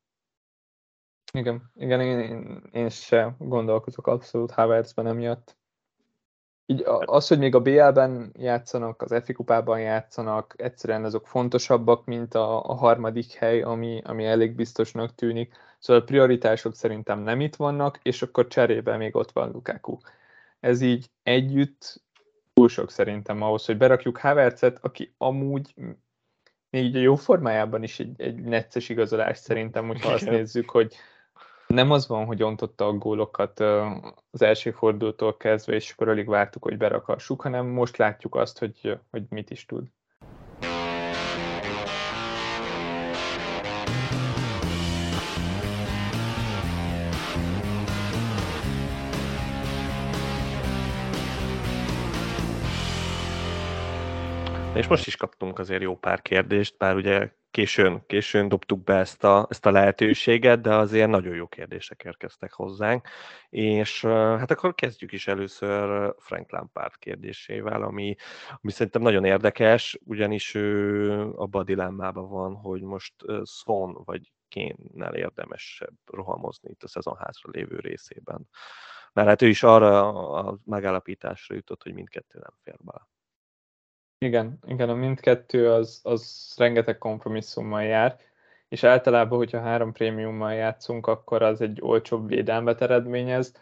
Igen, én se gondolkozok abszolút Havertzben emiatt. Így az, hogy még a BL-ben játszanak, az FA kupában játszanak, egyszerűen azok fontosabbak, mint a harmadik hely, ami elég biztosnak tűnik. Szóval a prioritások szerintem nem itt vannak, és akkor cserébe még ott van Lukaku. Ez így együtt túl sok szerintem ahhoz, hogy berakjuk Havertzet, aki amúgy még a jó formájában is egy necces igazolás szerintem, hogyha azt nézzük, hogy nem az van, hogy ontotta a gólokat az első fordulótól kezdve, és akkor alig vártuk, hogy berakassuk, hanem most látjuk azt, hogy mit is tud. És most is kaptunk azért jó pár kérdést, bár ugye későn dobtuk be ezt a lehetőséget, de azért nagyon jó kérdések érkeztek hozzánk. És hát akkor kezdjük is először Frank Lampard kérdésével, ami szerintem nagyon érdekes, ugyanis ő abban a dilemmában van, hogy most Son vagy Kane-nel érdemesebb rohamozni itt a szezon hátra lévő részében. Mert hát ő is arra a megállapításra jutott, hogy mindkettő nem fér bele. Igen, a mindkettő az rengeteg kompromisszummal jár, és általában, hogyha 3 prémiummal játszunk, akkor az egy olcsóbb védelmet eredményez,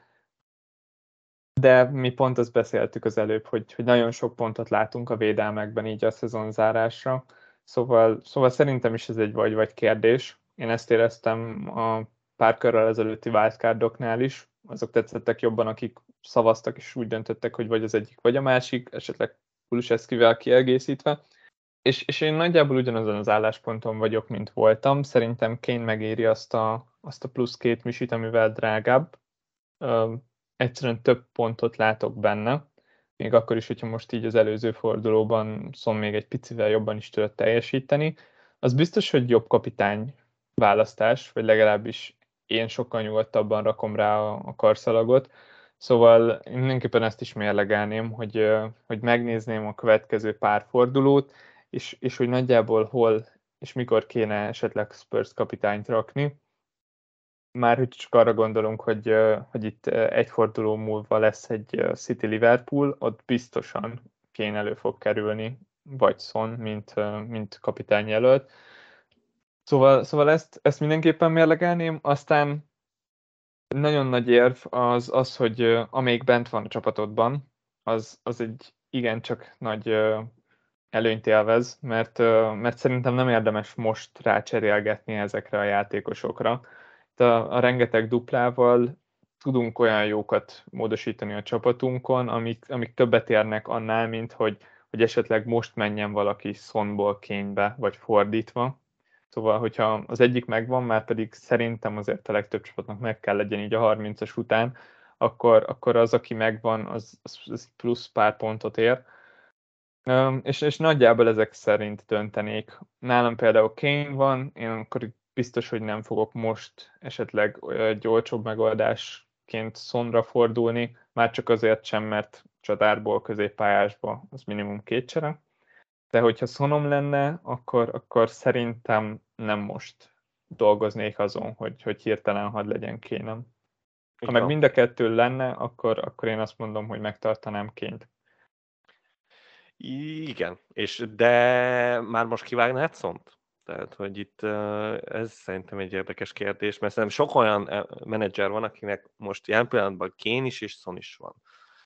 de mi pont azt beszéltük az előbb, hogy nagyon sok pontot látunk a védelmekben így a szezonzárásra, szóval szerintem is ez egy vagy kérdés. Én ezt éreztem a pár körrel ezelőtti wildcardoknál is, azok tetszettek jobban, akik szavaztak és úgy döntöttek, hogy vagy az egyik, vagy a másik, esetleg Kulusevszkivel kiegészítve. És én nagyjából ugyanazon az állásponton vagyok, mint voltam. Szerintem Kane megéri azt a plusz 2 misit, amivel drágább. Egyszerűen több pontot látok benne. Még akkor is, hogyha most így az előző fordulóban Son még egy picivel jobban is tudott teljesíteni. Az biztos, hogy jobb kapitány választás, vagy legalábbis én sokkal nyugodtabban rakom rá a karszalagot. Szóval én mindenképpen ezt is mérlegelném, hogy megnézném a következő pár fordulót, és hogy nagyjából hol és mikor kéne esetleg Spurs kapitányt rakni. Már hogy csak arra gondolunk, hogy itt egy forduló múlva lesz egy City-Liverpool, ott biztosan Kane elő fog kerülni, vagy Son, mint kapitány jelölt. Szóval ezt mindenképpen mérlegelném, aztán nagyon nagy érv az hogy amelyik bent van a csapatodban, az egy igencsak nagy előnyt élvez, mert szerintem nem érdemes most rácserélgetni ezekre a játékosokra. A rengeteg duplával tudunk olyan jókat módosítani a csapatunkon, amik többet érnek annál, mint hogy hogy esetleg most menjen valaki Sonból Kane-be, vagy fordítva. Szóval, hogyha az egyik megvan, már pedig szerintem azért a legtöbb csapatnak meg kell legyen így a 30-as után, akkor az, aki megvan, az plusz pár pontot ér. És nagyjából ezek szerint döntenék. Nálam például Kane van, én akkor biztos, hogy nem fogok most esetleg egy olcsóbb megoldásként Sonra fordulni, már csak azért sem, mert csatárból középpályásba az minimum 2 csere. De hogyha Sonom lenne, akkor szerintem nem most dolgoznék azon, hogy hirtelen hadd legyen Kane-em. Ha meg mind a kettő lenne, akkor én azt mondom, hogy megtartanám Kane-t. Igen, de már most kivágna Edsont? Tehát, hogy itt ez szerintem egy érdekes kérdés, mert szerintem sok olyan menedzser van, akinek most jelen pillanatban Kane is és Son is van.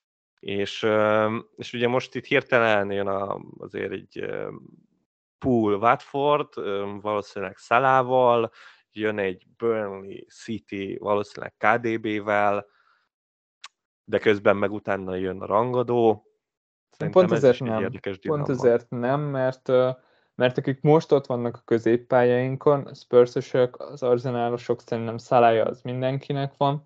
És ugye most itt hirtelen jön azért egy Pool Watford, valószínűleg Salával, jön egy Burnley City, valószínűleg KDB-vel, de közben meg utána jön a rangadó. Szerintem Pont ez ezért is egy nem. érdekes Pont dilemma. ezért nem, mert akik most ott vannak a középpályainkon, a Spurs-ösök, az Arsenalosok, szerintem Szalája az mindenkinek van,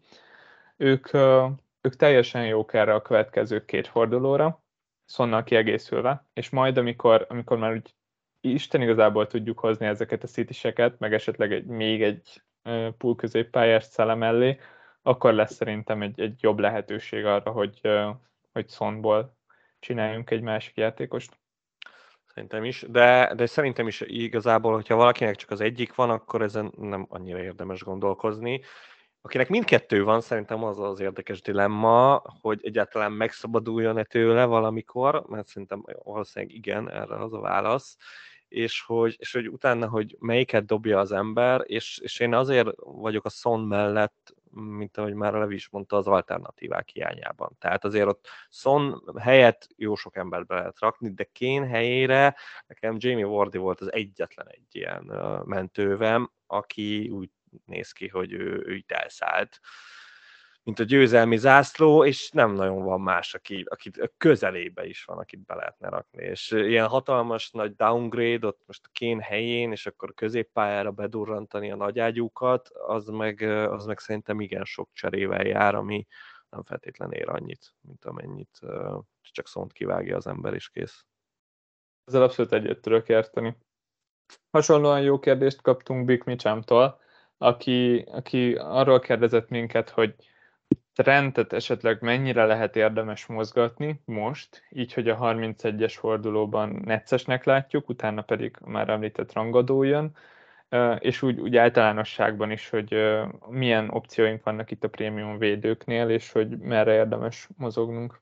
ők teljesen jók erre a következő 2 fordulóra, Sonnal kiegészülve, és majd, amikor már úgy Isten igazából tudjuk hozni ezeket a City-seket, meg esetleg még egy pool középpályás Szele mellé, akkor lesz szerintem egy jobb lehetőség arra, hogy Sonból csináljunk egy másik játékost. Szerintem is, de szerintem is igazából, hogyha valakinek csak az egyik van, akkor ezen nem annyira érdemes gondolkozni. Akinek mindkettő van, szerintem az az érdekes dilemma, hogy egyáltalán megszabaduljon-e tőle valamikor, mert szerintem valószínűleg igen, erre az a válasz, és hogy utána, hogy melyiket dobja az ember, és én azért vagyok a Son mellett, mint ahogy már Levi is mondta, az alternatívák hiányában. Tehát azért ott Son helyett jó sok embert be lehet rakni, de Kane helyére nekem Jamie Vardy volt az egyetlen egy ilyen mentővem, aki úgy néz ki, hogy ő itt elszállt, mint a győzelmi zászló, és nem nagyon van más, aki közelébe is van, akit be lehetne rakni. És ilyen hatalmas nagy downgrade, ott most a Kane helyén, és akkor középpályára bedurrantani a nagyágyúkat, az meg szerintem igen sok cserével jár, ami nem feltétlenül ér annyit, mint amennyit csak Szont kivágja az ember, és kész. Ezzel abszolút egyet tudok érteni. Hasonlóan jó kérdést kaptunk Big Michamtól, aki arról kérdezett minket, hogy Trentet esetleg mennyire lehet érdemes mozgatni most, így, hogy a 31-es fordulóban neccesnek látjuk, utána pedig már említett rangadó jön, és úgy általánosságban is, hogy milyen opcióink vannak itt a prémium védőknél, és hogy merre érdemes mozognunk.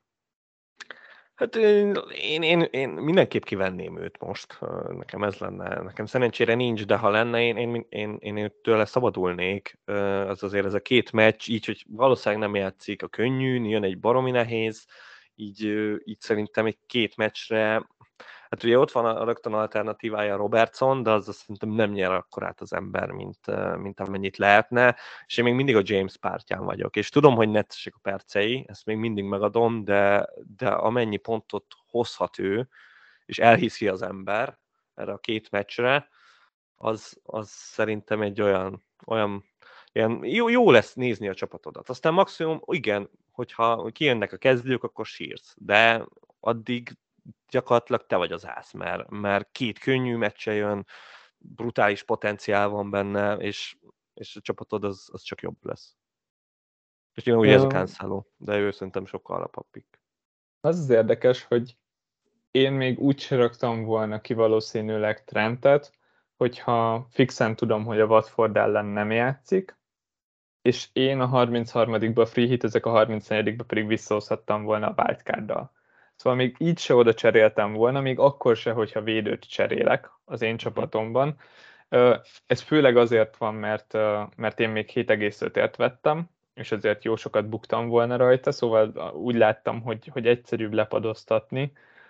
Hát én mindenképp kivenném őt most. Nekem ez lenne. Nekem szerencsére nincs, de ha lenne, én tőle szabadulnék. Az azért ez a 2 meccs, így, hogy valószínűleg nem játszik a könnyűn, jön egy baromi nehéz, így szerintem egy 2 meccsre. Hát ugye ott van a rögtön alternatívája Robertson, de az szerintem nem nyer akkorát az ember, mint amennyit lehetne, és én még mindig a James pártján vagyok, és tudom, hogy neccesek a percei, ezt még mindig megadom, de amennyi pontot hozhat ő, és elhiszi az ember erre a 2 meccsre, az szerintem egy olyan ilyen, jó lesz nézni a csapatodat. Aztán maximum, igen, hogyha kijönnek a kezdők, akkor sírsz, de addig gyakorlatilag te vagy az ász, mert 2 könnyű meccse jön, brutális potenciál van benne, és a csapatod az csak jobb lesz. És ugye ez a Cancelo, de ő szerintem sokkal alapabb pick. Az érdekes, hogy én még úgy se raktam volna ki valószínűleg Trentet, hogyha fixen tudom, hogy a Watford ellen nem játszik, és én a 33-ba free hit, ezek a 34-be pedig visszahozhattam volna a wildcarddal. Szóval még így se oda cseréltem volna, még akkor se, hogyha védőt cserélek az én csapatomban. Ez főleg azért van, mert én még 7,5-ért vettem, és ezért jó sokat buktam volna rajta, szóval úgy láttam, hogy egyszerűbb lepadoztatni,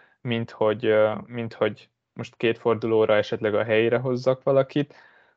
mint hogy most 2 fordulóra esetleg a helyére hozzak valakit,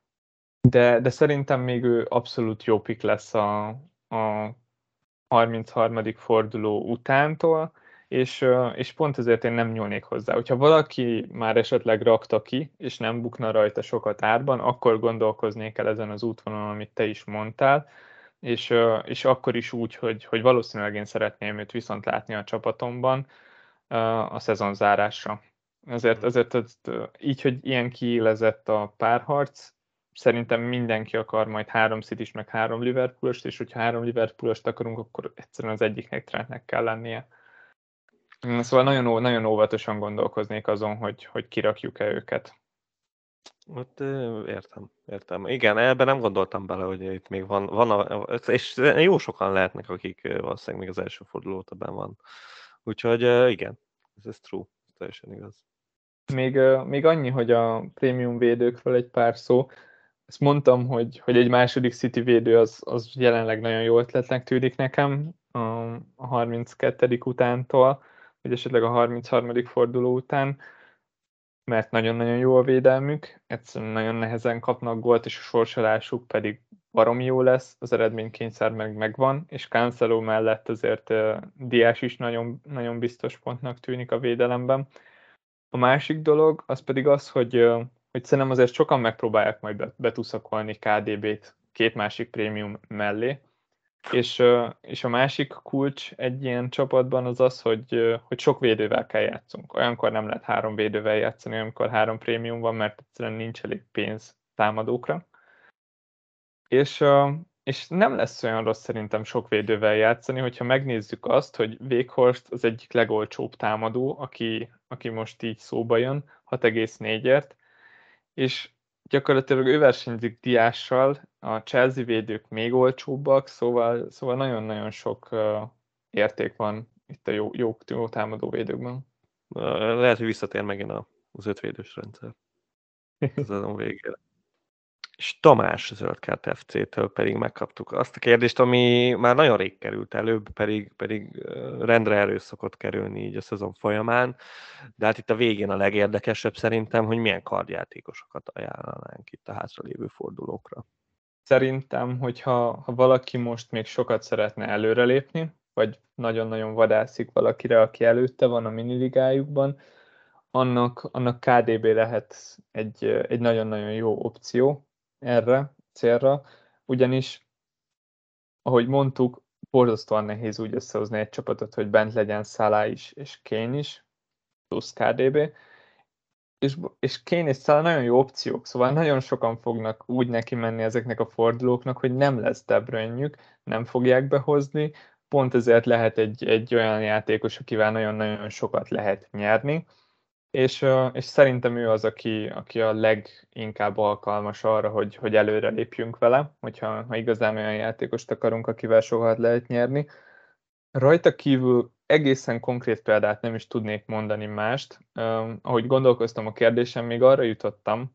de szerintem még ő abszolút jó pick lesz a 33. forduló utántól, és pont ezért én nem nyúlnék hozzá. Hogyha valaki már esetleg rakta ki, és nem bukna rajta sokat árban, akkor gondolkoznék el ezen az útvonalon, amit te is mondtál, és akkor is úgy, hogy valószínűleg én szeretném őt viszont látni a csapatomban a szezon zárásra. Ezért így, hogy ilyen kiélezett a párharc, szerintem mindenki akar majd 3 City-s, meg 3 Liverpoolos, és hogyha 3 Liverpoolost akarunk, akkor egyszerűen az egyiknek Trentnek kell lennie. Szóval nagyon, nagyon óvatosan gondolkoznék azon, hogy kirakjuk-e őket. Hát, értem. Igen, ebben nem gondoltam bele, hogy itt még és jó sokan lehetnek, akik valószínűleg még az első forduló óta benn van. Úgyhogy igen, ez true, ez teljesen igaz. Még annyi, hogy a prémium védőkről egy pár szó. Ezt mondtam, hogy egy második City védő az jelenleg nagyon jó ötletnek tűnik nekem a 32. utántól, vagy esetleg a 33. forduló után, mert nagyon-nagyon jó a védelmük, egyszerűen nagyon nehezen kapnak gólt, és a sorsolásuk pedig baromi jó lesz, az eredménykényszer megvan, és Cancelo mellett azért Diás is nagyon, nagyon biztos pontnak tűnik a védelemben. A másik dolog, az pedig az, hogy szerintem azért sokan megpróbálják majd betuszakolni KDB-t két másik prémium mellé, és a másik kulcs egy ilyen csapatban az az, hogy sok védővel kell játszunk. Olyankor nem lehet 3 védővel játszani, amikor 3 prémium van, mert egyszerűen nincs elég pénz támadókra. És nem lesz olyan rossz szerintem sok védővel játszani, hogyha megnézzük azt, hogy Weghorst az egyik legolcsóbb támadó, aki most így szóba jön, 6,4-ért, és gyakorlatilag ő versenyzik Diással, a Chelsea védők még olcsóbbak, szóval nagyon-nagyon sok érték van itt a jó támadó védőkben. Lehet, hogy visszatér megint az 5 védős rendszer az azon végére. És Tamás Zöldkárt FC-től pedig megkaptuk azt a kérdést, ami már nagyon rég került előbb, pedig rendre elő szokott kerülni így a szezon folyamán, de hát itt a végén a legérdekesebb szerintem, hogy milyen kardjátékosokat ajánlanánk itt a hátralévő fordulókra. Szerintem, hogyha valaki most még sokat szeretne előrelépni, vagy nagyon-nagyon vadászik valakire, aki előtte van a miniligájukban, annak KDB lehet egy nagyon-nagyon jó opció erre célra, ugyanis, ahogy mondtuk, borzasztóan nehéz úgy összehozni egy csapatot, hogy bent legyen Salah is és Kane is, plusz KDB, és Kane és Salah nagyon jó opciók, szóval nagyon sokan fognak úgy neki menni ezeknek a fordulóknak, hogy nem lesz De Bruyne-jük, nem fogják behozni, pont ezért lehet egy olyan játékos, akivel nagyon-nagyon sokat lehet nyerni, és szerintem ő az, aki a leginkább alkalmas arra, hogy előre lépjünk vele, ha igazán olyan játékost akarunk, akivel sokat lehet nyerni. Rajta kívül egészen konkrét példát nem is tudnék mondani mást. Ahogy gondolkoztam a kérdésem, még arra jutottam,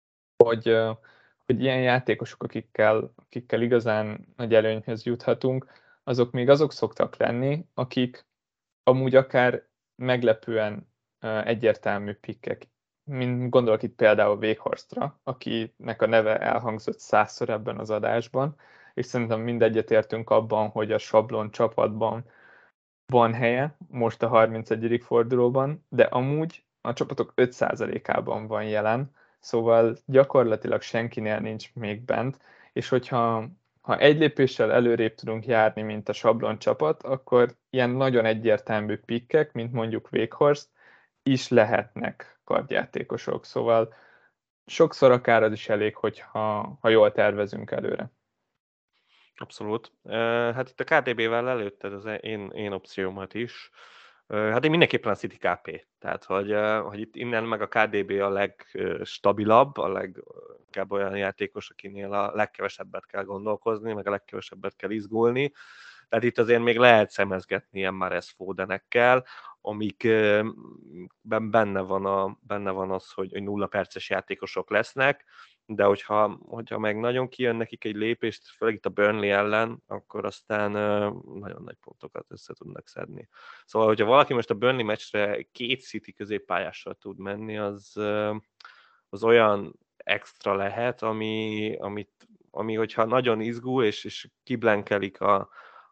hogy ilyen játékosok, akikkel igazán nagy előnyhöz juthatunk, azok még azok szoktak lenni, akik amúgy akár meglepően egyértelmű pikkek. Gondolok itt például Weghorstra, akinek a neve elhangzott 100-szor ebben az adásban, és szerintem mindegyet értünk abban, hogy a sablon csapatban van helye, most a 31. fordulóban, de amúgy a csapatok 5%-ában van jelen, szóval gyakorlatilag senkinél nincs még bent, és ha egy lépéssel előrébb tudunk járni, mint a sablon csapat, akkor ilyen nagyon egyértelmű pikkek, mint mondjuk Weghorst, is lehetnek kardjátékosok, szóval sokszor akár az is elég, ha jól tervezünk előre. Abszolút. Hát itt a KDB-vel előtted az én opciómat is. Hát én mindenképpen a City KP. Tehát, hogy itt innen meg a KDB a legstabilabb, a leginkább olyan játékos, akinél a legkevesebbet kell gondolkozni, meg a legkevesebbet kell izgulni. Tehát itt azért még lehet szemezgetni ilyen Mahrez Fodenekkel, amikben benne van az, hogy 0 perces játékosok lesznek, de hogyha meg nagyon kijön nekik egy lépést, főleg itt a Burnley ellen, akkor aztán nagyon nagy pontokat össze tudnak szedni. Szóval, hogyha valaki most a Burnley meccsre 2 City középpályással tud menni, az olyan extra lehet, ami hogyha nagyon izgul, és kiblenkelik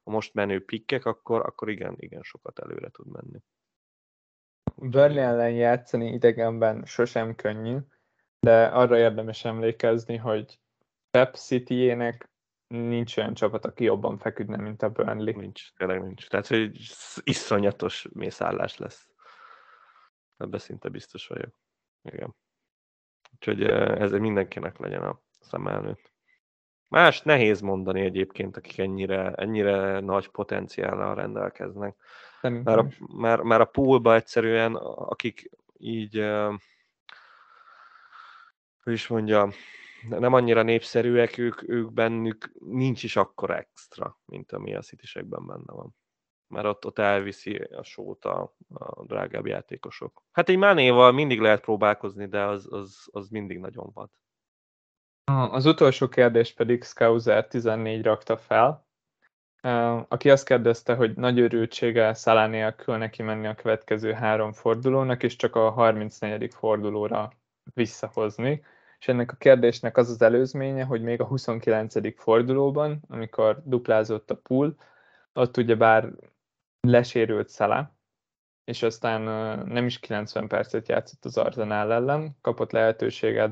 most menő pikkek, akkor igen sokat előre tud menni. Burnley ellen játszani idegenben sosem könnyű, de arra érdemes emlékezni, hogy Pep City-ének nincs olyan csapat, aki jobban feküdne, mint a Burnley. Tényleg nincs. Tehát, hogy iszonyatos mészállás lesz. Ebben szinte biztos vagyok. Igen. Úgyhogy ez mindenkinek legyen a szem előtt. Más nehéz mondani egyébként, akik ennyire nagy potenciállal rendelkeznek. Már a poolba egyszerűen, akik így, hogy is mondja, nem annyira népszerűek, ők bennük nincs is akkora extra, mint ami a City-sekben benne van. Mert ott elviszi a sót a drágább játékosok. Hát egy Manéval mindig lehet próbálkozni, de az mindig nagyon vad. Az utolsó kérdés pedig Scouser 14 rakta fel, aki azt kérdezte, hogy nagy örültsége Salah nélkül neki menni a következő 3 fordulónak, és csak a 34. fordulóra visszahozni. És ennek a kérdésnek az az előzménye, hogy még a 29. fordulóban, amikor duplázott a pool, ott ugyebár lesérült Salah, és aztán nem is 90 percet játszott az Arsenal ellen, kapott lehetőséget,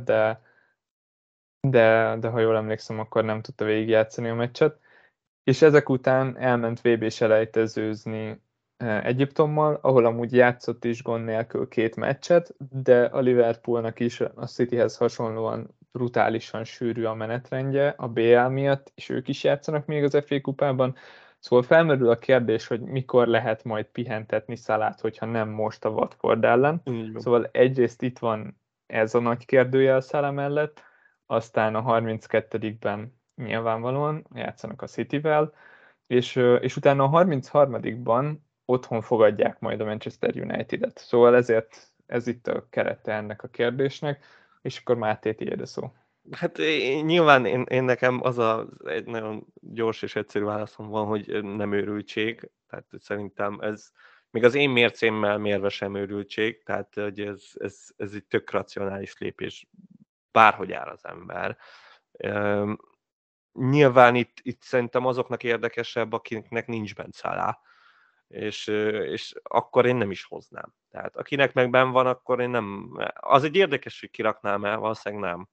de ha jól emlékszem, akkor nem tudta végigjátszani a meccset. És ezek után elment VB-s elejtezőzni Egyiptommal, ahol amúgy játszott is gond nélkül 2 meccset, de a Liverpoolnak is a Cityhez hasonlóan brutálisan sűrű a menetrendje a BL miatt, és ők is játszanak még az FA kupában. Szóval felmerül a kérdés, hogy mikor lehet majd pihentetni Salát, hogyha nem most a Watford ellen. Szóval egyrészt itt van ez a nagy kérdőjel Salah mellett, aztán a 32-ben nyilvánvalóan játszanak a Cityvel, és utána a 33-ban otthon fogadják majd a Manchester United-et. Szóval ezért ez itt a kerete ennek a kérdésnek, és akkor Máté, tiéd a szó. Hát nyilván én nekem egy nagyon gyors és egyszerű válaszom van, hogy nem őrültség, tehát szerintem ez még az én mércémmel mérve sem őrültség, tehát hogy ez egy tök racionális lépés, bárhogy áll az ember. Nyilván itt szerintem azoknak érdekesebb, akiknek nincs bent Salah, és akkor én nem is hoznám. Tehát akinek meg benn van, akkor én nem... Az egy érdekes, hogy kiraknám el, valószínűleg nem.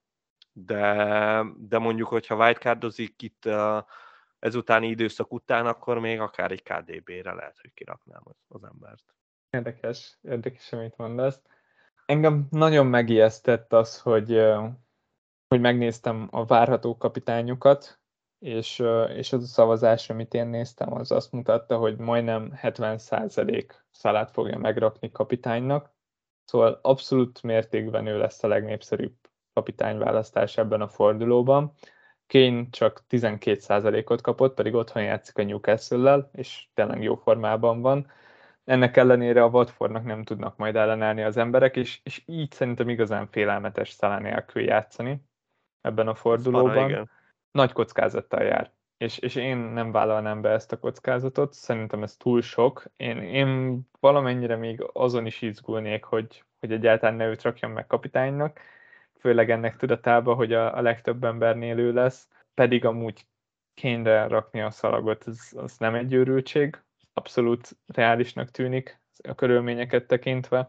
De mondjuk, hogyha wildcardozik itt ezutáni időszak után, akkor még akár egy KDB-re lehet, hogy kiraknám az embert. Érdekes, amit mondasz. Engem nagyon megijesztett az, hogy megnéztem a várható kapitányokat, és az a szavazás, amit én néztem, az azt mutatta, hogy majdnem 70% Salát fogja megrakni kapitánynak. Szóval abszolút mértékben ő lesz a legnépszerűbb kapitányválasztás ebben a fordulóban. Kane csak 12%-ot kapott, pedig otthon játszik a Newcastle-lel, és tényleg jó formában van. Ennek ellenére a Watfordnak nem tudnak majd ellenállni az emberek, és így szerintem igazán félelmetes Salah nélkül játszani ebben a fordulóban. Igen. Nagy kockázattal jár. És én nem vállalnám be ezt a kockázatot, szerintem ez túl sok. Én valamennyire még azon is izgulnék, hogy egyáltalán ne őt rakjam meg kapitánynak, főleg ennek tudatában, hogy a legtöbb embernél ő lesz, pedig amúgy Kane-re rakni a szalagot, az nem egy őrültség, abszolút reálisnak tűnik a körülményeket tekintve.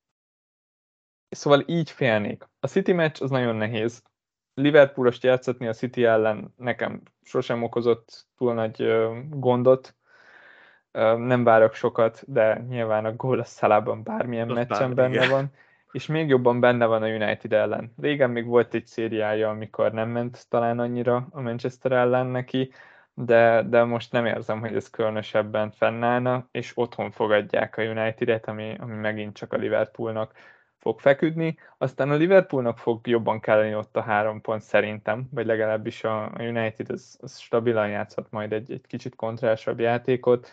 Szóval így félnék. A City meccs az nagyon nehéz. Liverpoolost játszatni a City ellen nekem sosem okozott túl nagy gondot. Nem várok sokat, de nyilván a gól a Salahban bármilyen meccsen benne van. És még jobban benne van a United ellen. Régen még volt egy szériája, amikor nem ment talán annyira a Manchester ellen neki, de most nem érzem, hogy ez különösebben fennállna, és otthon fogadják a United-et, ami megint csak a Liverpoolnak fog feküdni. Aztán a Liverpoolnak fog jobban kelleni ott a 3 pont szerintem, vagy legalábbis a United az stabilan játszhat majd egy kicsit kontrásabb játékot,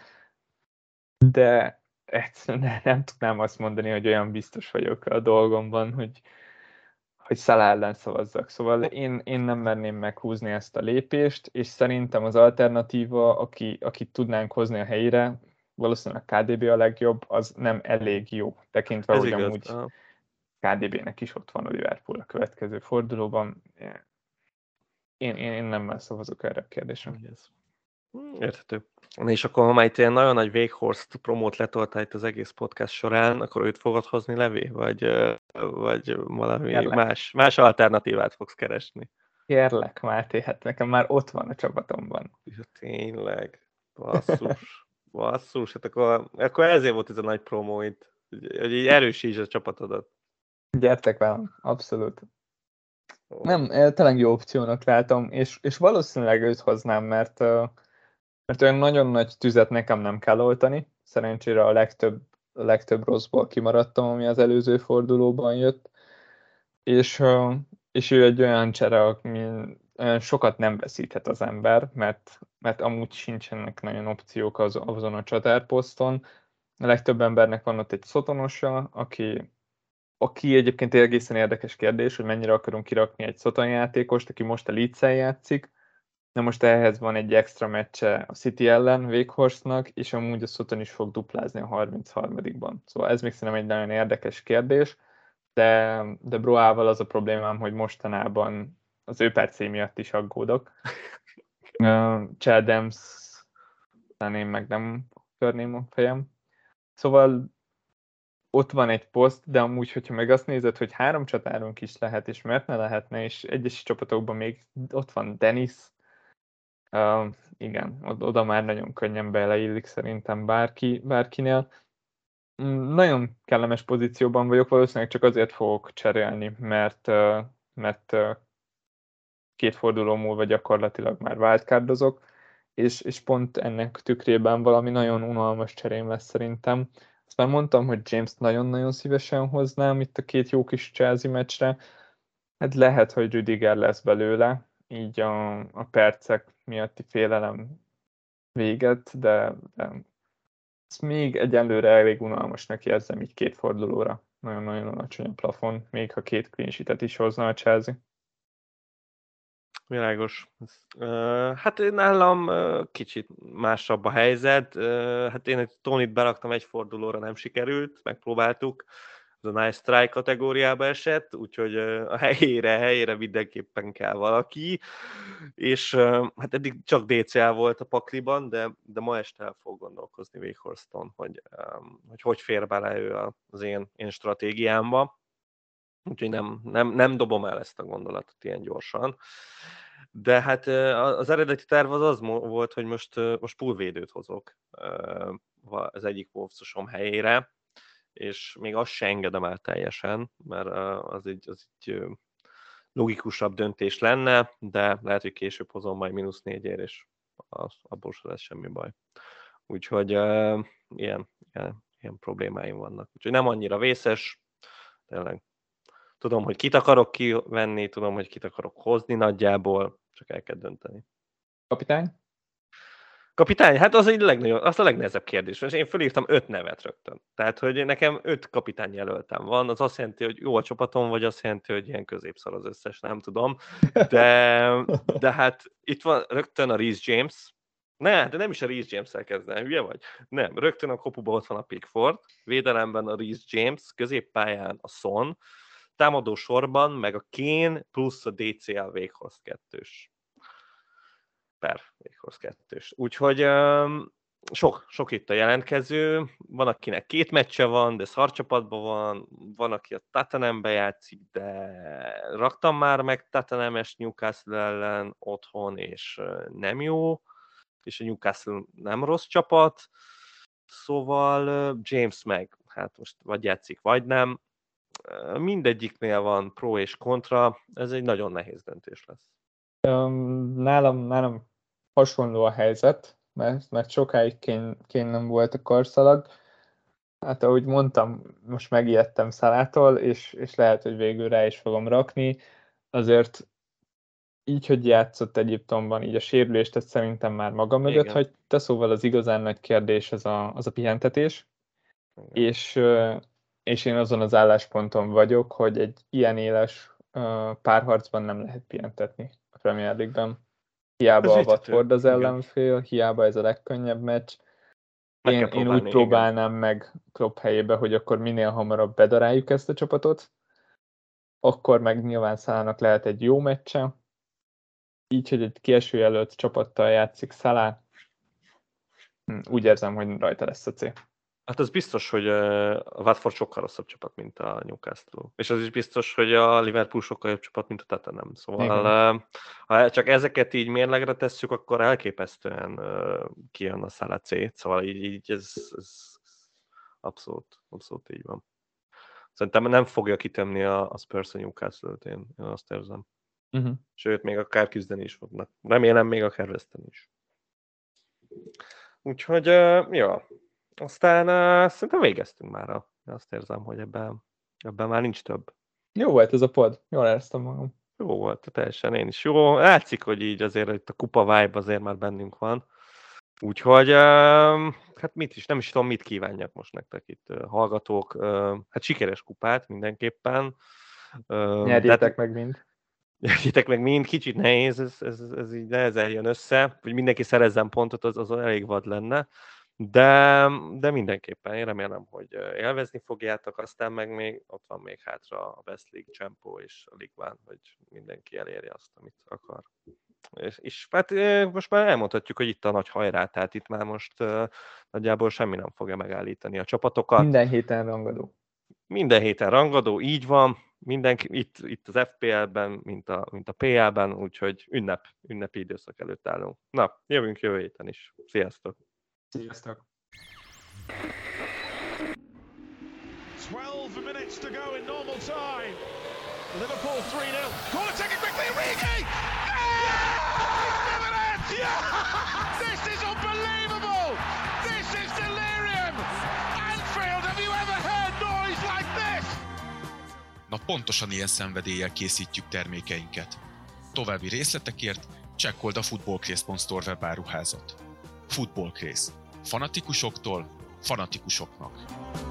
de egyszerűen nem tudnám azt mondani, hogy olyan biztos vagyok a dolgomban, hogy Salah ellen szavazzak. Szóval én nem merném meghúzni ezt a lépést, és szerintem az alternatíva, akit tudnánk hozni a helyére, valószínűleg KDB a legjobb, az nem elég jó, tekintve, hogy amúgy KDB-nek is ott van a Liverpool a következő fordulóban. Én nem szavazok erre a kérdésre. Érthető. És akkor, ha már itt ilyen nagyon nagy Weghorst promót letoltál itt az egész podcast során, akkor őt fogod hozni, Levi? Vagy valami Kérlek, más alternatívát fogsz keresni? kérlek, Máté, hát nekem már ott van a csapatomban. Ja, tényleg. Basszus. Basszus. Hát akkor ezért volt ez a nagy promó itt. Hogy így erősíts a csapatodat. Gyertek velem, abszolút. Ó, Nem, tényleg jó opciónak látom, és valószínűleg őt hoznám, mert olyan nagyon nagy tüzet nekem nem kell oltani. Szerencsére a legtöbb rosszból kimaradtam, ami az előző fordulóban jött. És ő egy olyan csere, ami olyan sokat nem veszíthet az ember, mert amúgy sincsenek nagyon opciók azon a csatárposzton. A legtöbb embernek van ott egy szotonosa, aki egyébként egészen érdekes kérdés, hogy mennyire akarunk kirakni egy Soton játékost, aki most a Leeds-el játszik. Na most ehhez van egy extra meccse a City ellen Weghorstnak, és amúgy a Soton is fog duplázni a 33-ban. Szóval ez még szerintem egy nagyon érdekes kérdés, de Broával az a problémám, hogy mostanában az ő percé miatt is aggódok. Chadams, én meg nem törném a fejem. Szóval ott van egy poszt, de amúgy, hogyha meg azt nézed, hogy 3 csatárunk is lehet, és miért ne lehetne, és egyes csapatokban még ott van Dennis, igen, oda már nagyon könnyen beleillik szerintem bárkinél. Nagyon kellemes pozícióban vagyok, valószínűleg csak azért fogok cserélni, mert 2 forduló múlva gyakorlatilag már wildcardozok, és pont ennek tükrében valami nagyon unalmas cserém lesz szerintem. Azt már mondtam, hogy James nagyon-nagyon szívesen hoznám itt a 2 jó kis Chelsea meccsre. Hát lehet, hogy Rüdiger lesz belőle, így a percek miatti félelem véget, de ezt még egyelőre elég unalmasnak érzem így 2 fordulóra. Nagyon-nagyon alacsony a plafon, még ha 2 clean sheet-et is hozna a Chelsea. világos. Hát nálam kicsit másabb a helyzet. Hát én egy Tonit beraktam egy fordulóra, nem sikerült, megpróbáltuk. Ez a Nice Try kategóriába esett, úgyhogy a helyére mindenképpen kell valaki. És hát eddig csak DCL volt a pakliban, de ma este el fog gondolkozni Weghorsten, hogy fér bele ő az én stratégiámba. Úgyhogy nem dobom el ezt a gondolatot ilyen gyorsan. De hát az eredeti terv az volt, hogy most poolvédőt hozok az egyik Wolvesosom helyére, és még azt se engedem el teljesen, mert az egy logikusabb döntés lenne, de lehet, hogy később hozom majd -4-ért, és abból sem lesz semmi baj. Úgyhogy ilyen problémáim vannak. Úgyhogy nem annyira vészes, tényleg. Tudom, hogy kit akarok kivenni, tudom, hogy kit akarok hozni nagyjából, csak el kell dönteni. Kapitány? Kapitány? Hát az a legnehezebb kérdés. Most én fölírtam 5 nevet rögtön. Tehát, hogy nekem 5 kapitány jelöltem van, az azt jelenti, hogy jó a csapatom, vagy azt jelenti, hogy ilyen középszar az összes, nem tudom. De hát itt van rögtön a Reece James. De nem is a Reece James-szel kezdem, hülye vagy? Nem, rögtön a kopuba ott van a Pickford, védelemben a Reece James, középpályán a Son, támadó sorban, meg a Kane plusz a DCL Weghorst 2-s. Weghorst 2-s. Úgyhogy sok itt a jelentkező, van akinek 2 meccse van, de szarcsapatban van aki a Tottenhambe játszik, de raktam már meg Tottenham-es Newcastle ellen otthon, és nem jó, és a Newcastle nem rossz csapat, szóval James meg, hát most vagy játszik, vagy nem, mindegyiknél van pro és kontra, ez egy nagyon nehéz döntés lesz. Nálam hasonló a helyzet, mert sokáig Kane nem volt a karszalag. Hát ahogy mondtam, most megijedtem Szalától, és lehet, hogy végül rá is fogom rakni. Azért így, hogy játszott Egyiptomban, így a sérülést ezt szerintem már maga mögött Igen. hagyta, szóval az igazán nagy kérdés az a pihentetés. És én azon az állásponton vagyok, hogy egy ilyen éles párharcban nem lehet pihentetni a Premier League-ben. Hiába a Watford az ellenfél, hiába ez a legkönnyebb meccs. Én úgy próbálnám meg Klopp helyébe, hogy akkor minél hamarabb bedaráljuk ezt a csapatot, akkor meg nyilván Salának lehet egy jó meccse, így, hogy egy kieső jelölt csapattal játszik Salah, Úgy érzem, hogy rajta lesz a C. Hát az biztos, hogy a Watford sokkal rosszabb csapat, mint a Newcastle. És az is biztos, hogy a Liverpool sokkal jobb csapat, mint a Tottenham. Szóval ha csak ezeket így mérlegre tesszük, akkor elképesztően kijön a Salah C. Szóval így ez abszolút így van. Szerintem nem fogja kitömni a Spurs a Newcastle-t, én azt érzem. Sőt, még akár küzdeni is fognak. Remélem még akár veszteni is. Úgyhogy, ja. Aztán szerintem végeztünk már. Azt érzem, hogy ebben már nincs több. Jó volt ez a pod. Jól éreztem magam. Jó volt, teljesen én is. Jó, látszik, hogy így azért itt a kupa vibe azért már bennünk van. Úgyhogy, hát nem is tudom, mit kívánjak most nektek itt, hallgatók. Hát sikeres kupát mindenképpen. Nyerjétek meg mind. Nyerjétek meg mind, kicsit nehéz, ez így nehezen jön össze, hogy mindenki szerezzen pontot, az elég vad lenne. De mindenképpen én remélem, hogy élvezni fogjátok, aztán meg még ott van még hátra a West League, Champo és a League One, hogy mindenki elérje azt, amit akar. És hát most már elmondhatjuk, hogy itt a nagy hajrá, tehát itt már most nagyjából semmi nem fogja megállítani a csapatokat. Minden héten rangadó. Minden héten rangadó, így van. Mindenki itt az FPL-ben, mint a PL-ben, úgyhogy ünnepi időszak előtt állunk. Na, jövünk jövő héten is. Sziasztok! Sziasztok! 12 minutes to go in normal time. Liverpool 3-0. Corner taken quickly, Origi! Yeah! This is unbelievable! This is delirium! Anfield, have you ever heard noise like this? Na pontosan ilyen szenvedéllyel készítjük termékeinket. További részletekért csekkold a footballcraze.store webáruházat. Footballcraze. Fanatikusoktól fanatikusoknak.